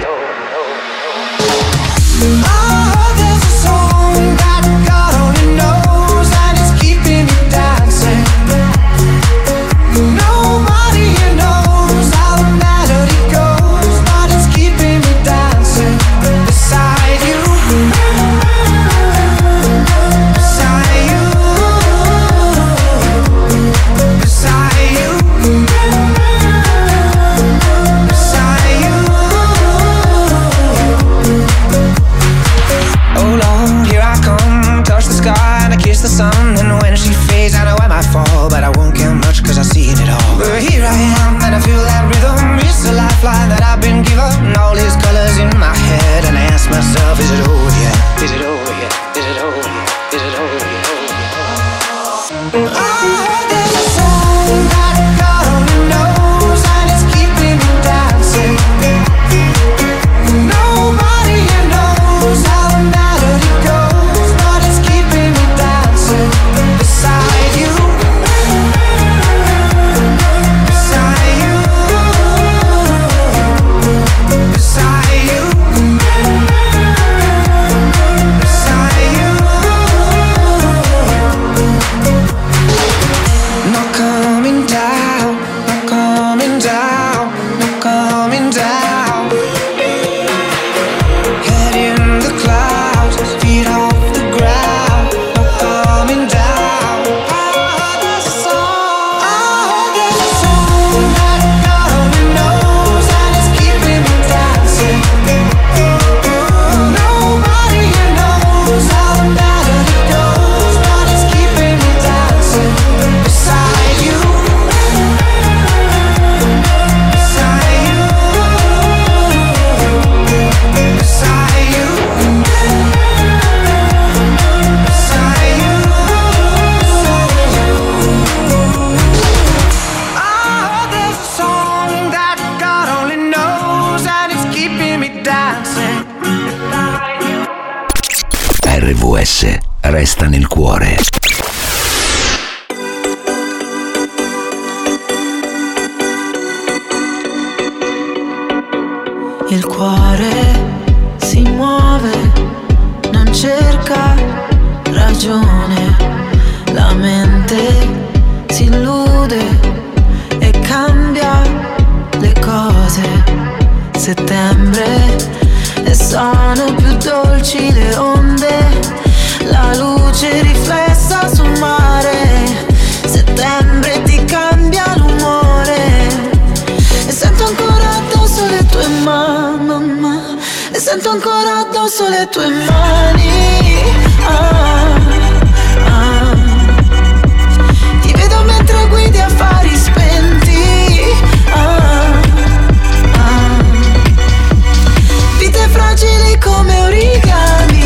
Oh, there's a song that God only knows, and it's keeping me dancing. Nobody here knows how the melody goes, but it's keeping me dancing beside you. Beside you. RVS resta nel cuore. Il cuore si muove, non cerca ragione, la mente si illude e cambia le cose. Settembre e sono più dolci le onde, la luce riflessa sul mare. Settembre ti cambia l'umore e sento ancora addosso le tue mani, e sento ancora addosso le tue mani. Ti vedo mentre guidi affari spenti. Vite fragili come origami.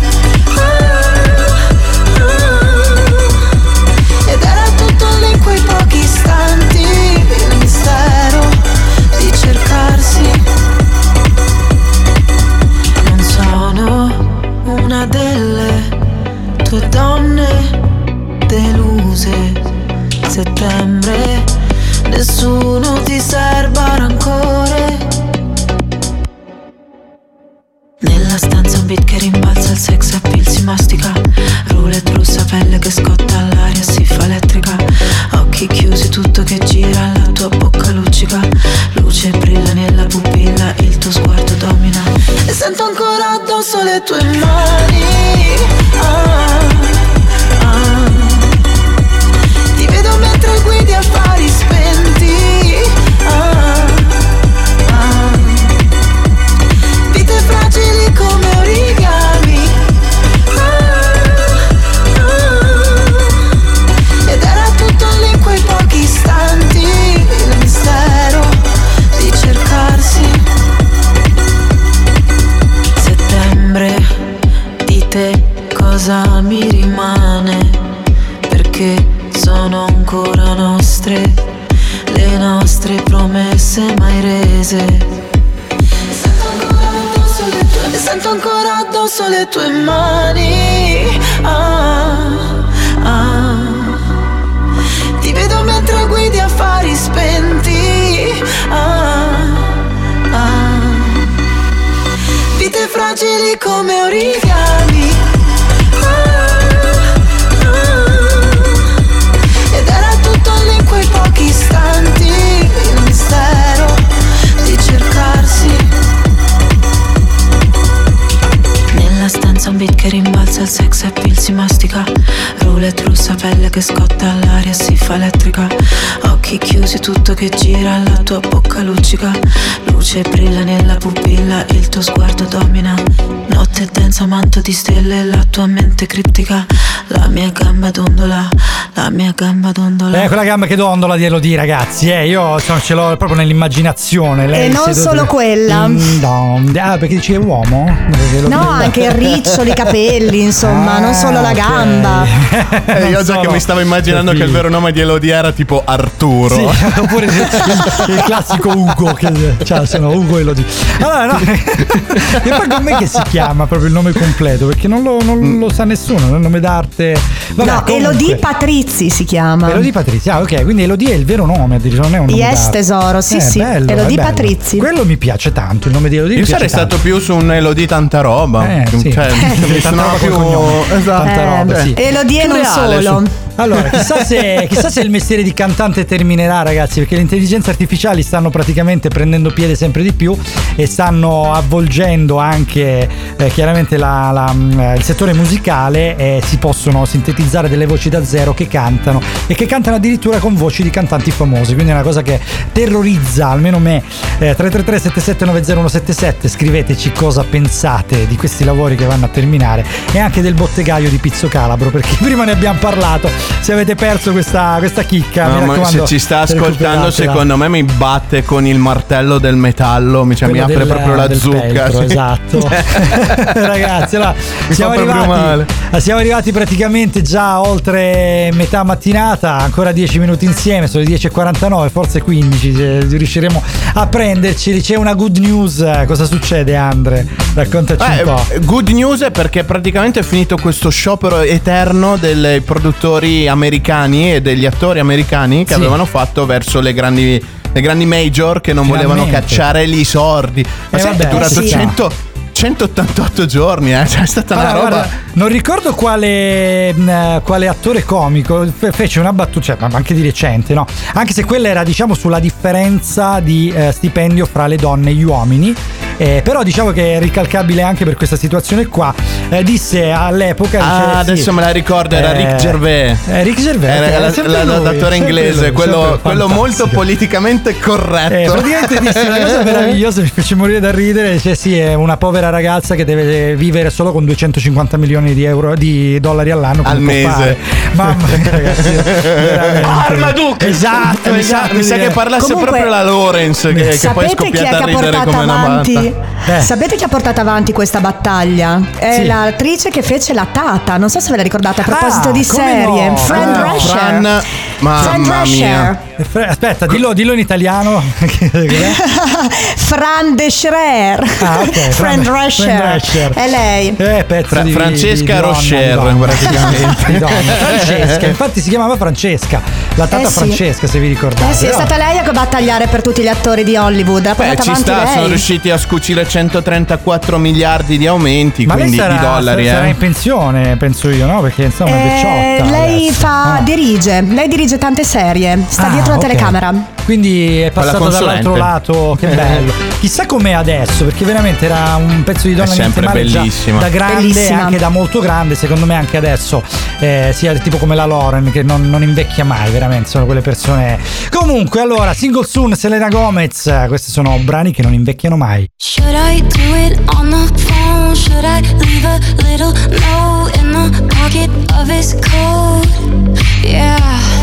Ed era tutto lì in quei pochi istanti, il mistero di cercarsi. Non sono una delle tue donne deluse. Settembre, nessuno ti serba rancore. Nella stanza un beat che rimbalza, il sex appeal si mastica. Roulette rossa, pelle che scotta, l'aria si fa elettrica. Occhi chiusi, tutto che gira, la tua bocca luccica. Luce brilla nella pupilla, il tuo sguardo domina. E sento ancora addosso le tue mani. Ti vedo mentre guidi affari spenti. Vite fragili come origami. Ed era tutto lì in quei pochi istanti, il mistero di cercarsi. Settembre, di te cosa mi rimane? Perché sono ancora nostre le nostre promesse mai rese. Sento ancora addosso le tue mani. Ti vedo mentre guidi affari spenti. Vite fragili come origami. Ed era tutto lì in quei pochi istanti, il mistero di cercarsi. Nella stanza un beat che rimbalza, il sex appeal si mastica. Roulette rossa, pelle che scotta, l'aria si fa elettrica. Occhi chiusi, tutto che gira, la tua bocca luccica. Luce brilla nella pupilla, il tuo sguardo domina. Notte densa, manto di stelle, la tua mente criptica. La mia gamba dondola, la mia gamba dondola. Quella gamba che dondola di Elodie, ragazzi, io ce l'ho proprio nell'immaginazione. Lei e non solo quella. Perché dici è uomo? No, anche il ricciolo, i capelli, insomma, non solo la gamba. Io già che mi stavo immaginando che il vero nome di Elodie era tipo Arturo. Sì, oppure il classico Ugo, sono Ugo e Elodie. Allora, no. E poi com'è che si chiama proprio il nome completo? Perché non lo sa nessuno, è il nome d'arte. Vabbè, no, comunque. Elodie Patrizzi si chiama. Elodie Patrizzi, ok, quindi Elodie è il vero nome, non è un nome yes, tesoro, sì, bello, Elodie Patrizzi. Quello mi piace tanto, il nome di Elodie. Io sarei stato più su un Elodie tanta roba. Sì. Tanta roba più esatto. Tanta roba, sì. Elodie non solo. Allora, chissà se il mestiere di cantante terminerà, ragazzi, perché le intelligenze artificiali stanno praticamente prendendo piede sempre di più e stanno avvolgendo anche chiaramente il settore musicale, e si possono sintetizzare delle voci da zero che cantano e che cantano addirittura con voci di cantanti famosi, quindi è una cosa che terrorizza almeno me. 333 7790 177, scriveteci cosa pensate di questi lavori che vanno a terminare e anche del bottegaio di Pizzo Calabro, perché prima ne abbiamo parlato. Se avete perso questa chicca, mi raccomando, se ci sta ascoltando, secondo me mi batte con il martello del metallo, mi apre proprio la zucca. Peltro, sì. Esatto. Ragazzi, allora siamo arrivati praticamente già oltre metà mattinata, ancora 10 minuti insieme, sono le 10:49, forse 15, riusciremo a prenderci. C'è una good news, cosa succede, Andre? Raccontaci un po'. Good news è perché praticamente è finito questo sciopero eterno dei produttori americani e degli attori americani che avevano fatto verso le grandi major che non volevano cacciare gli sordi. Ma è durato 188 giorni, cioè è stata una roba. Guarda, non ricordo quale attore comico fece una battuta, cioè, ma anche di recente, no? Anche se quella era, diciamo, sulla differenza di stipendio fra le donne e gli uomini. Però diciamo che è ricalcabile anche per questa situazione qua. Disse all'epoca. Adesso me la ricordo, era Rick Gervais. Rick Gervais era l'attore inglese, quello molto politicamente corretto. Praticamente disse una cosa meravigliosa, mi fece morire da ridere. Cioè, sì, è una povera ragazza che deve vivere solo con 250 milioni di dollari all'anno al mese. Mamma mia, ragazzi, Armaduke. Esatto. Mi sa che parlasse proprio la Lawrence che poi è scoppiata a ridere come una matta. Sapete chi ha portato avanti questa battaglia? È l'attrice che fece La Tata. Non so se ve la ricordate a proposito di serie. No? Fran Drescher. Mamma mia. Aspetta, dillo in italiano. Fran Drescher. Fran Drescher. È lei. Francesca Rocher praticamente. Francesca, infatti si chiamava Francesca. La Tata Francesca, se vi ricordate. Sì, è stata lei a battagliare per tutti gli attori di Hollywood. Ha portato avanti lei. Sono riusciti a scucire 134 miliardi di aumenti, ma quindi lei di dollari. Sarà in pensione, penso io, no? Perché insomma è vecchiotta. Lei dirige tante serie, sta dietro la telecamera. Quindi è passato dall'altro lato, che bello. Chissà com'è adesso, perché veramente era un pezzo di donna sempre bellissima. Da grande, bellissima. Anche da molto grande, secondo me anche adesso sia tipo come la Lauren, che non invecchia mai, veramente, sono quelle persone. Comunque, allora, Single Soon, Selena Gomez, questi sono brani che non invecchiano mai. Should I do it on the phone? Should I leave a little note in the pocket of his coat? Yeah,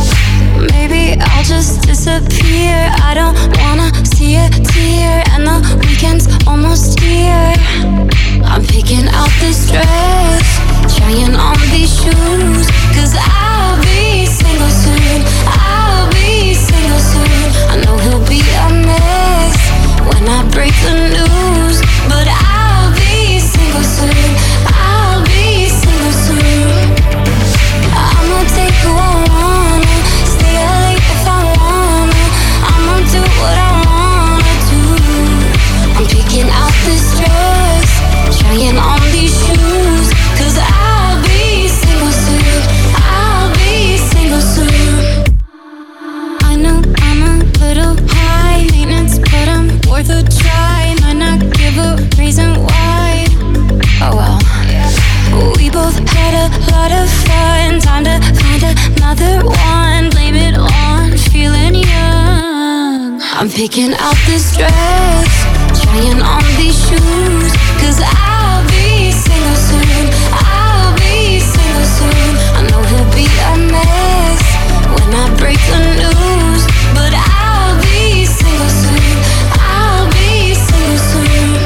maybe I'll just disappear. I don't wanna see a tear, and the weekend's almost here. I'm picking out this dress, trying on these shoes, 'cause I'll be single soon. I'll be single soon. I know he'll be a mess when I break the news, but I'll be single soon. I'll be single soon. I'ma take who I wanna, stay late if I wanna. I'ma do what I wanna do. I'm picking out this dress, trying on these shoes, 'cause I'll be single soon. I'll be single soon. I know I'm a little high maintenance, but I'm worth a try. Might not give a reason why. Oh well. We both had a lot of fun. Time to find another one. Blame it on feeling young. I'm picking out this dress, trying on these shoes, 'cause I'll be single soon. I'll be single soon. I know he'll be a mess when I break the news, but I'll be single soon. I'll be single soon.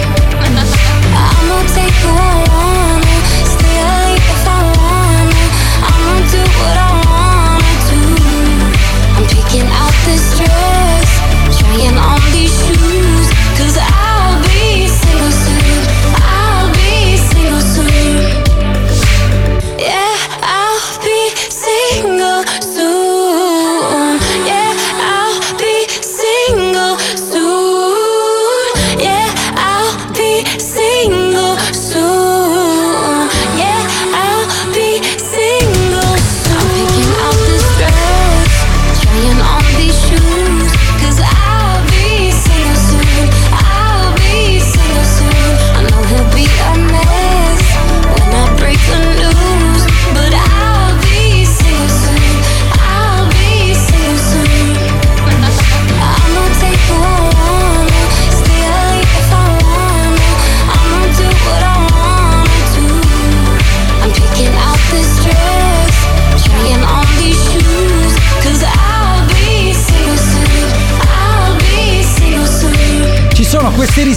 I'ma take who I wanna, stay late if I wanna. I'ma do what I wanna do. I'm picking out this dress, trying on these shoes,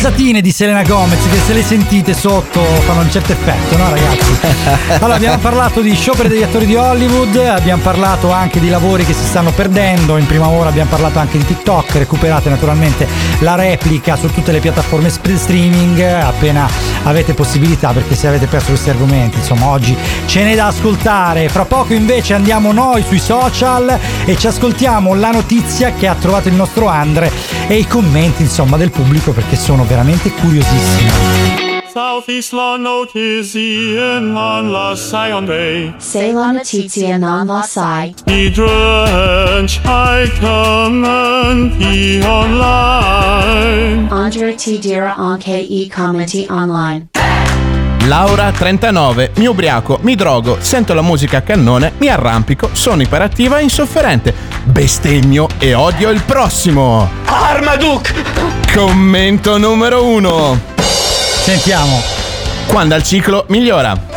alzatine di Selena Gomez che se le sentite sotto fanno un certo effetto, no ragazzi? Allora abbiamo parlato di sciopero degli attori di Hollywood, abbiamo parlato anche di lavori che si stanno perdendo, in prima ora abbiamo parlato anche di TikTok, recuperate naturalmente la replica su tutte le piattaforme streaming appena avete possibilità, perché se avete perso questi argomenti insomma oggi ce n'è da ascoltare. Fra poco invece andiamo noi sui social e ci ascoltiamo la notizia che ha trovato il nostro Andre e i commenti insomma del pubblico, perché sono veramente curiosissimi. Southeast la notizie non la sai Andre. Sei la notizia non la sai. I drench ai commenti online. Andre ti dirà anche i commenti online. Laura 39, mi ubriaco, mi drogo, sento la musica a cannone, mi arrampico, sono iperattiva e insofferente, bestemmio e odio il prossimo. Armaduke! Commento numero 1. Sentiamo. Quando il ciclo migliora. No,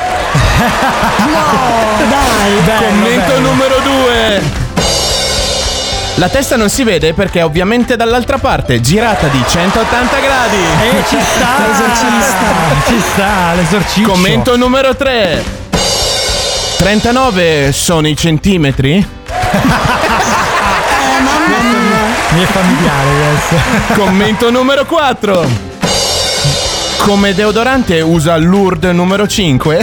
dai. Commento numero 2. La testa non si vede perché è ovviamente dall'altra parte, girata di 180 gradi. E ci sta l'esorcista. Ci sta l'esorcista. Commento numero 3. 39 sono i centimetri? Mi è familiare adesso. Commento numero 4. Come deodorante usa Lourdes numero 5?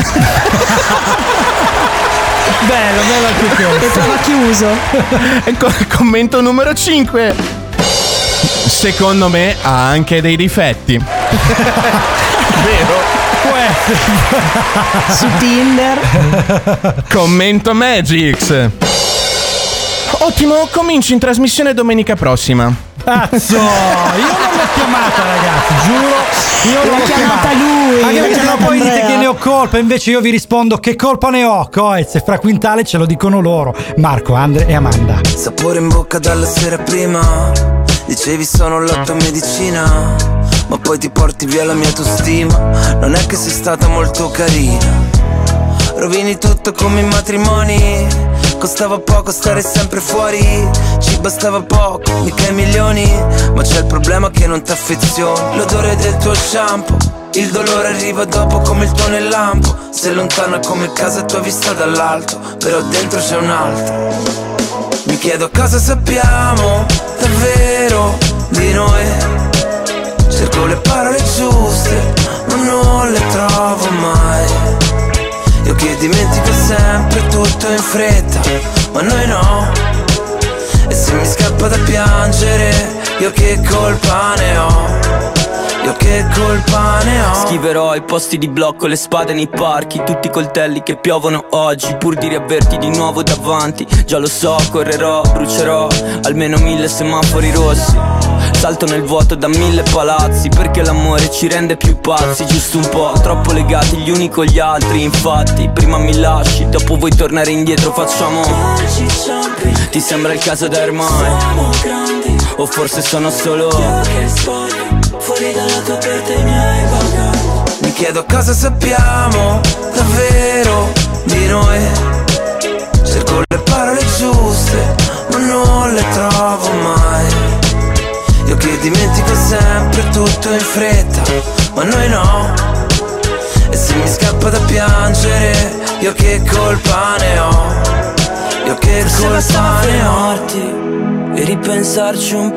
Bello anche questo. E trova chiuso. Commento numero 5. Secondo me ha anche dei difetti. Vero? Può essere. Su Tinder. Commento Magix. Ottimo, cominci in trasmissione domenica prossima. Cazzo, io non l'ho chiamata ragazzi, giuro. Io l'ho chiamata lui. Anche perché sennò poi dite che ne ho colpa. Invece io vi rispondo che colpa ne ho. Coez e fra Quintale ce lo dicono loro. Marco, Andre e Amanda. Sapore in bocca dalla sera prima. Dicevi sono la tua medicina, ma poi ti porti via la mia autostima. Non è che sei stata molto carina. Rovini tutto come i matrimoni. Costava poco stare sempre fuori. Ci bastava poco, mica i milioni. Ma c'è il problema che non t'affezioni. L'odore del tuo shampoo, il dolore arriva dopo come il tuo nel lampo. Sei lontana come casa tua vista dall'alto, però dentro c'è un altro. Mi chiedo cosa sappiamo davvero di noi. Cerco le parole giuste, ma non le trovo mai. Io che dimentico sempre tutto in fretta, ma noi no. E se mi scappa da piangere, io che colpa ne ho? Io che colpa ne ho? Schiverò ai posti di blocco le spade nei parchi, tutti i coltelli che piovono oggi, pur di riaverti di nuovo davanti. Già lo so, correrò, brucerò almeno 1000 semafori rossi. Salto nel vuoto da 1000 palazzi, perché l'amore ci rende più pazzi. Giusto un po', troppo legati gli uni con gli altri. Infatti, prima mi lasci, dopo vuoi tornare indietro, facciamo. Ti sembra il caso da ormai? O forse sono solo io che sbaglio, fuori dalla tua porta i miei bagagli. Mi chiedo cosa sappiamo davvero di noi. Cerco le parole giuste, ma non le trovo mai. Io che dimentico sempre tutto in fretta, ma noi no. E se mi scappa da piangere, io che colpa ne ho? Io che colpa ne ho? E ripensarci un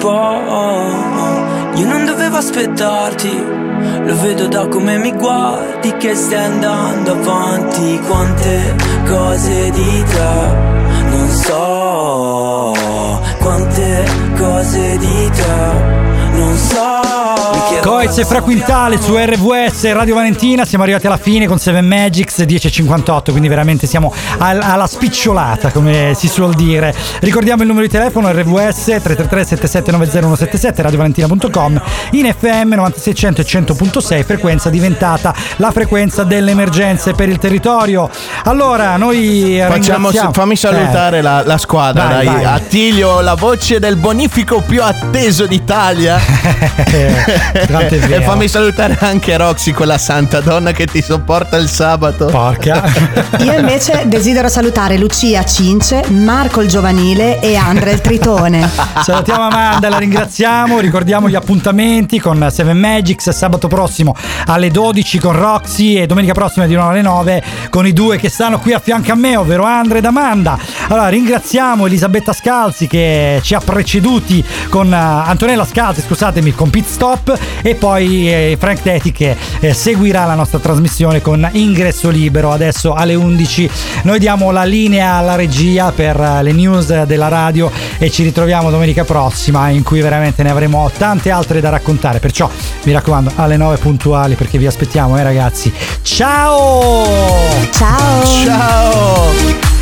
po'. Io non dovevo aspettarti, lo vedo da come mi guardi che stai andando avanti. Quante cose di te non so, quante cose di te non so. Coez e fra Quintale su RVS Radio Valentina. Siamo arrivati alla fine con 7 Magics 10.58, quindi veramente siamo alla spicciolata, come si suol dire. Ricordiamo il numero di telefono RVS 333 7790 radiovalentina.com. In FM 9600 e 100.6, frequenza diventata la frequenza delle emergenze per il territorio. Allora noi fammi salutare la squadra. Vai. Attilio, la voce del bonifico più atteso d'Italia, E fammi salutare anche Roxy, quella santa donna che ti sopporta il sabato. Porca. Io invece desidero salutare Lucia Cince, Marco il Giovanile e Andrea il Tritone. Salutiamo Amanda, la ringraziamo. Ricordiamo gli appuntamenti con Seven Magics sabato prossimo alle 12 con Roxy e domenica prossima di nuovo alle 9 con i due che stanno qui a fianco a me, ovvero Andrea ed Amanda. Allora ringraziamo Elisabetta Scalzi che ci ha preceduti con Antonella Scalzi, scusatemi, con Pit Stop, e poi Frank Teti che seguirà la nostra trasmissione con Ingresso Libero adesso alle 11. Noi diamo la linea alla regia per le news della radio e ci ritroviamo domenica prossima, in cui veramente ne avremo tante altre da raccontare, perciò mi raccomando alle 9 puntuali, perché vi aspettiamo, ragazzi. Ciao ciao ciao.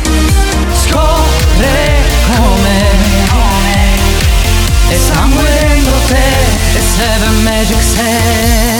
Scopre come e sangue dentro te e Seven Magic 6.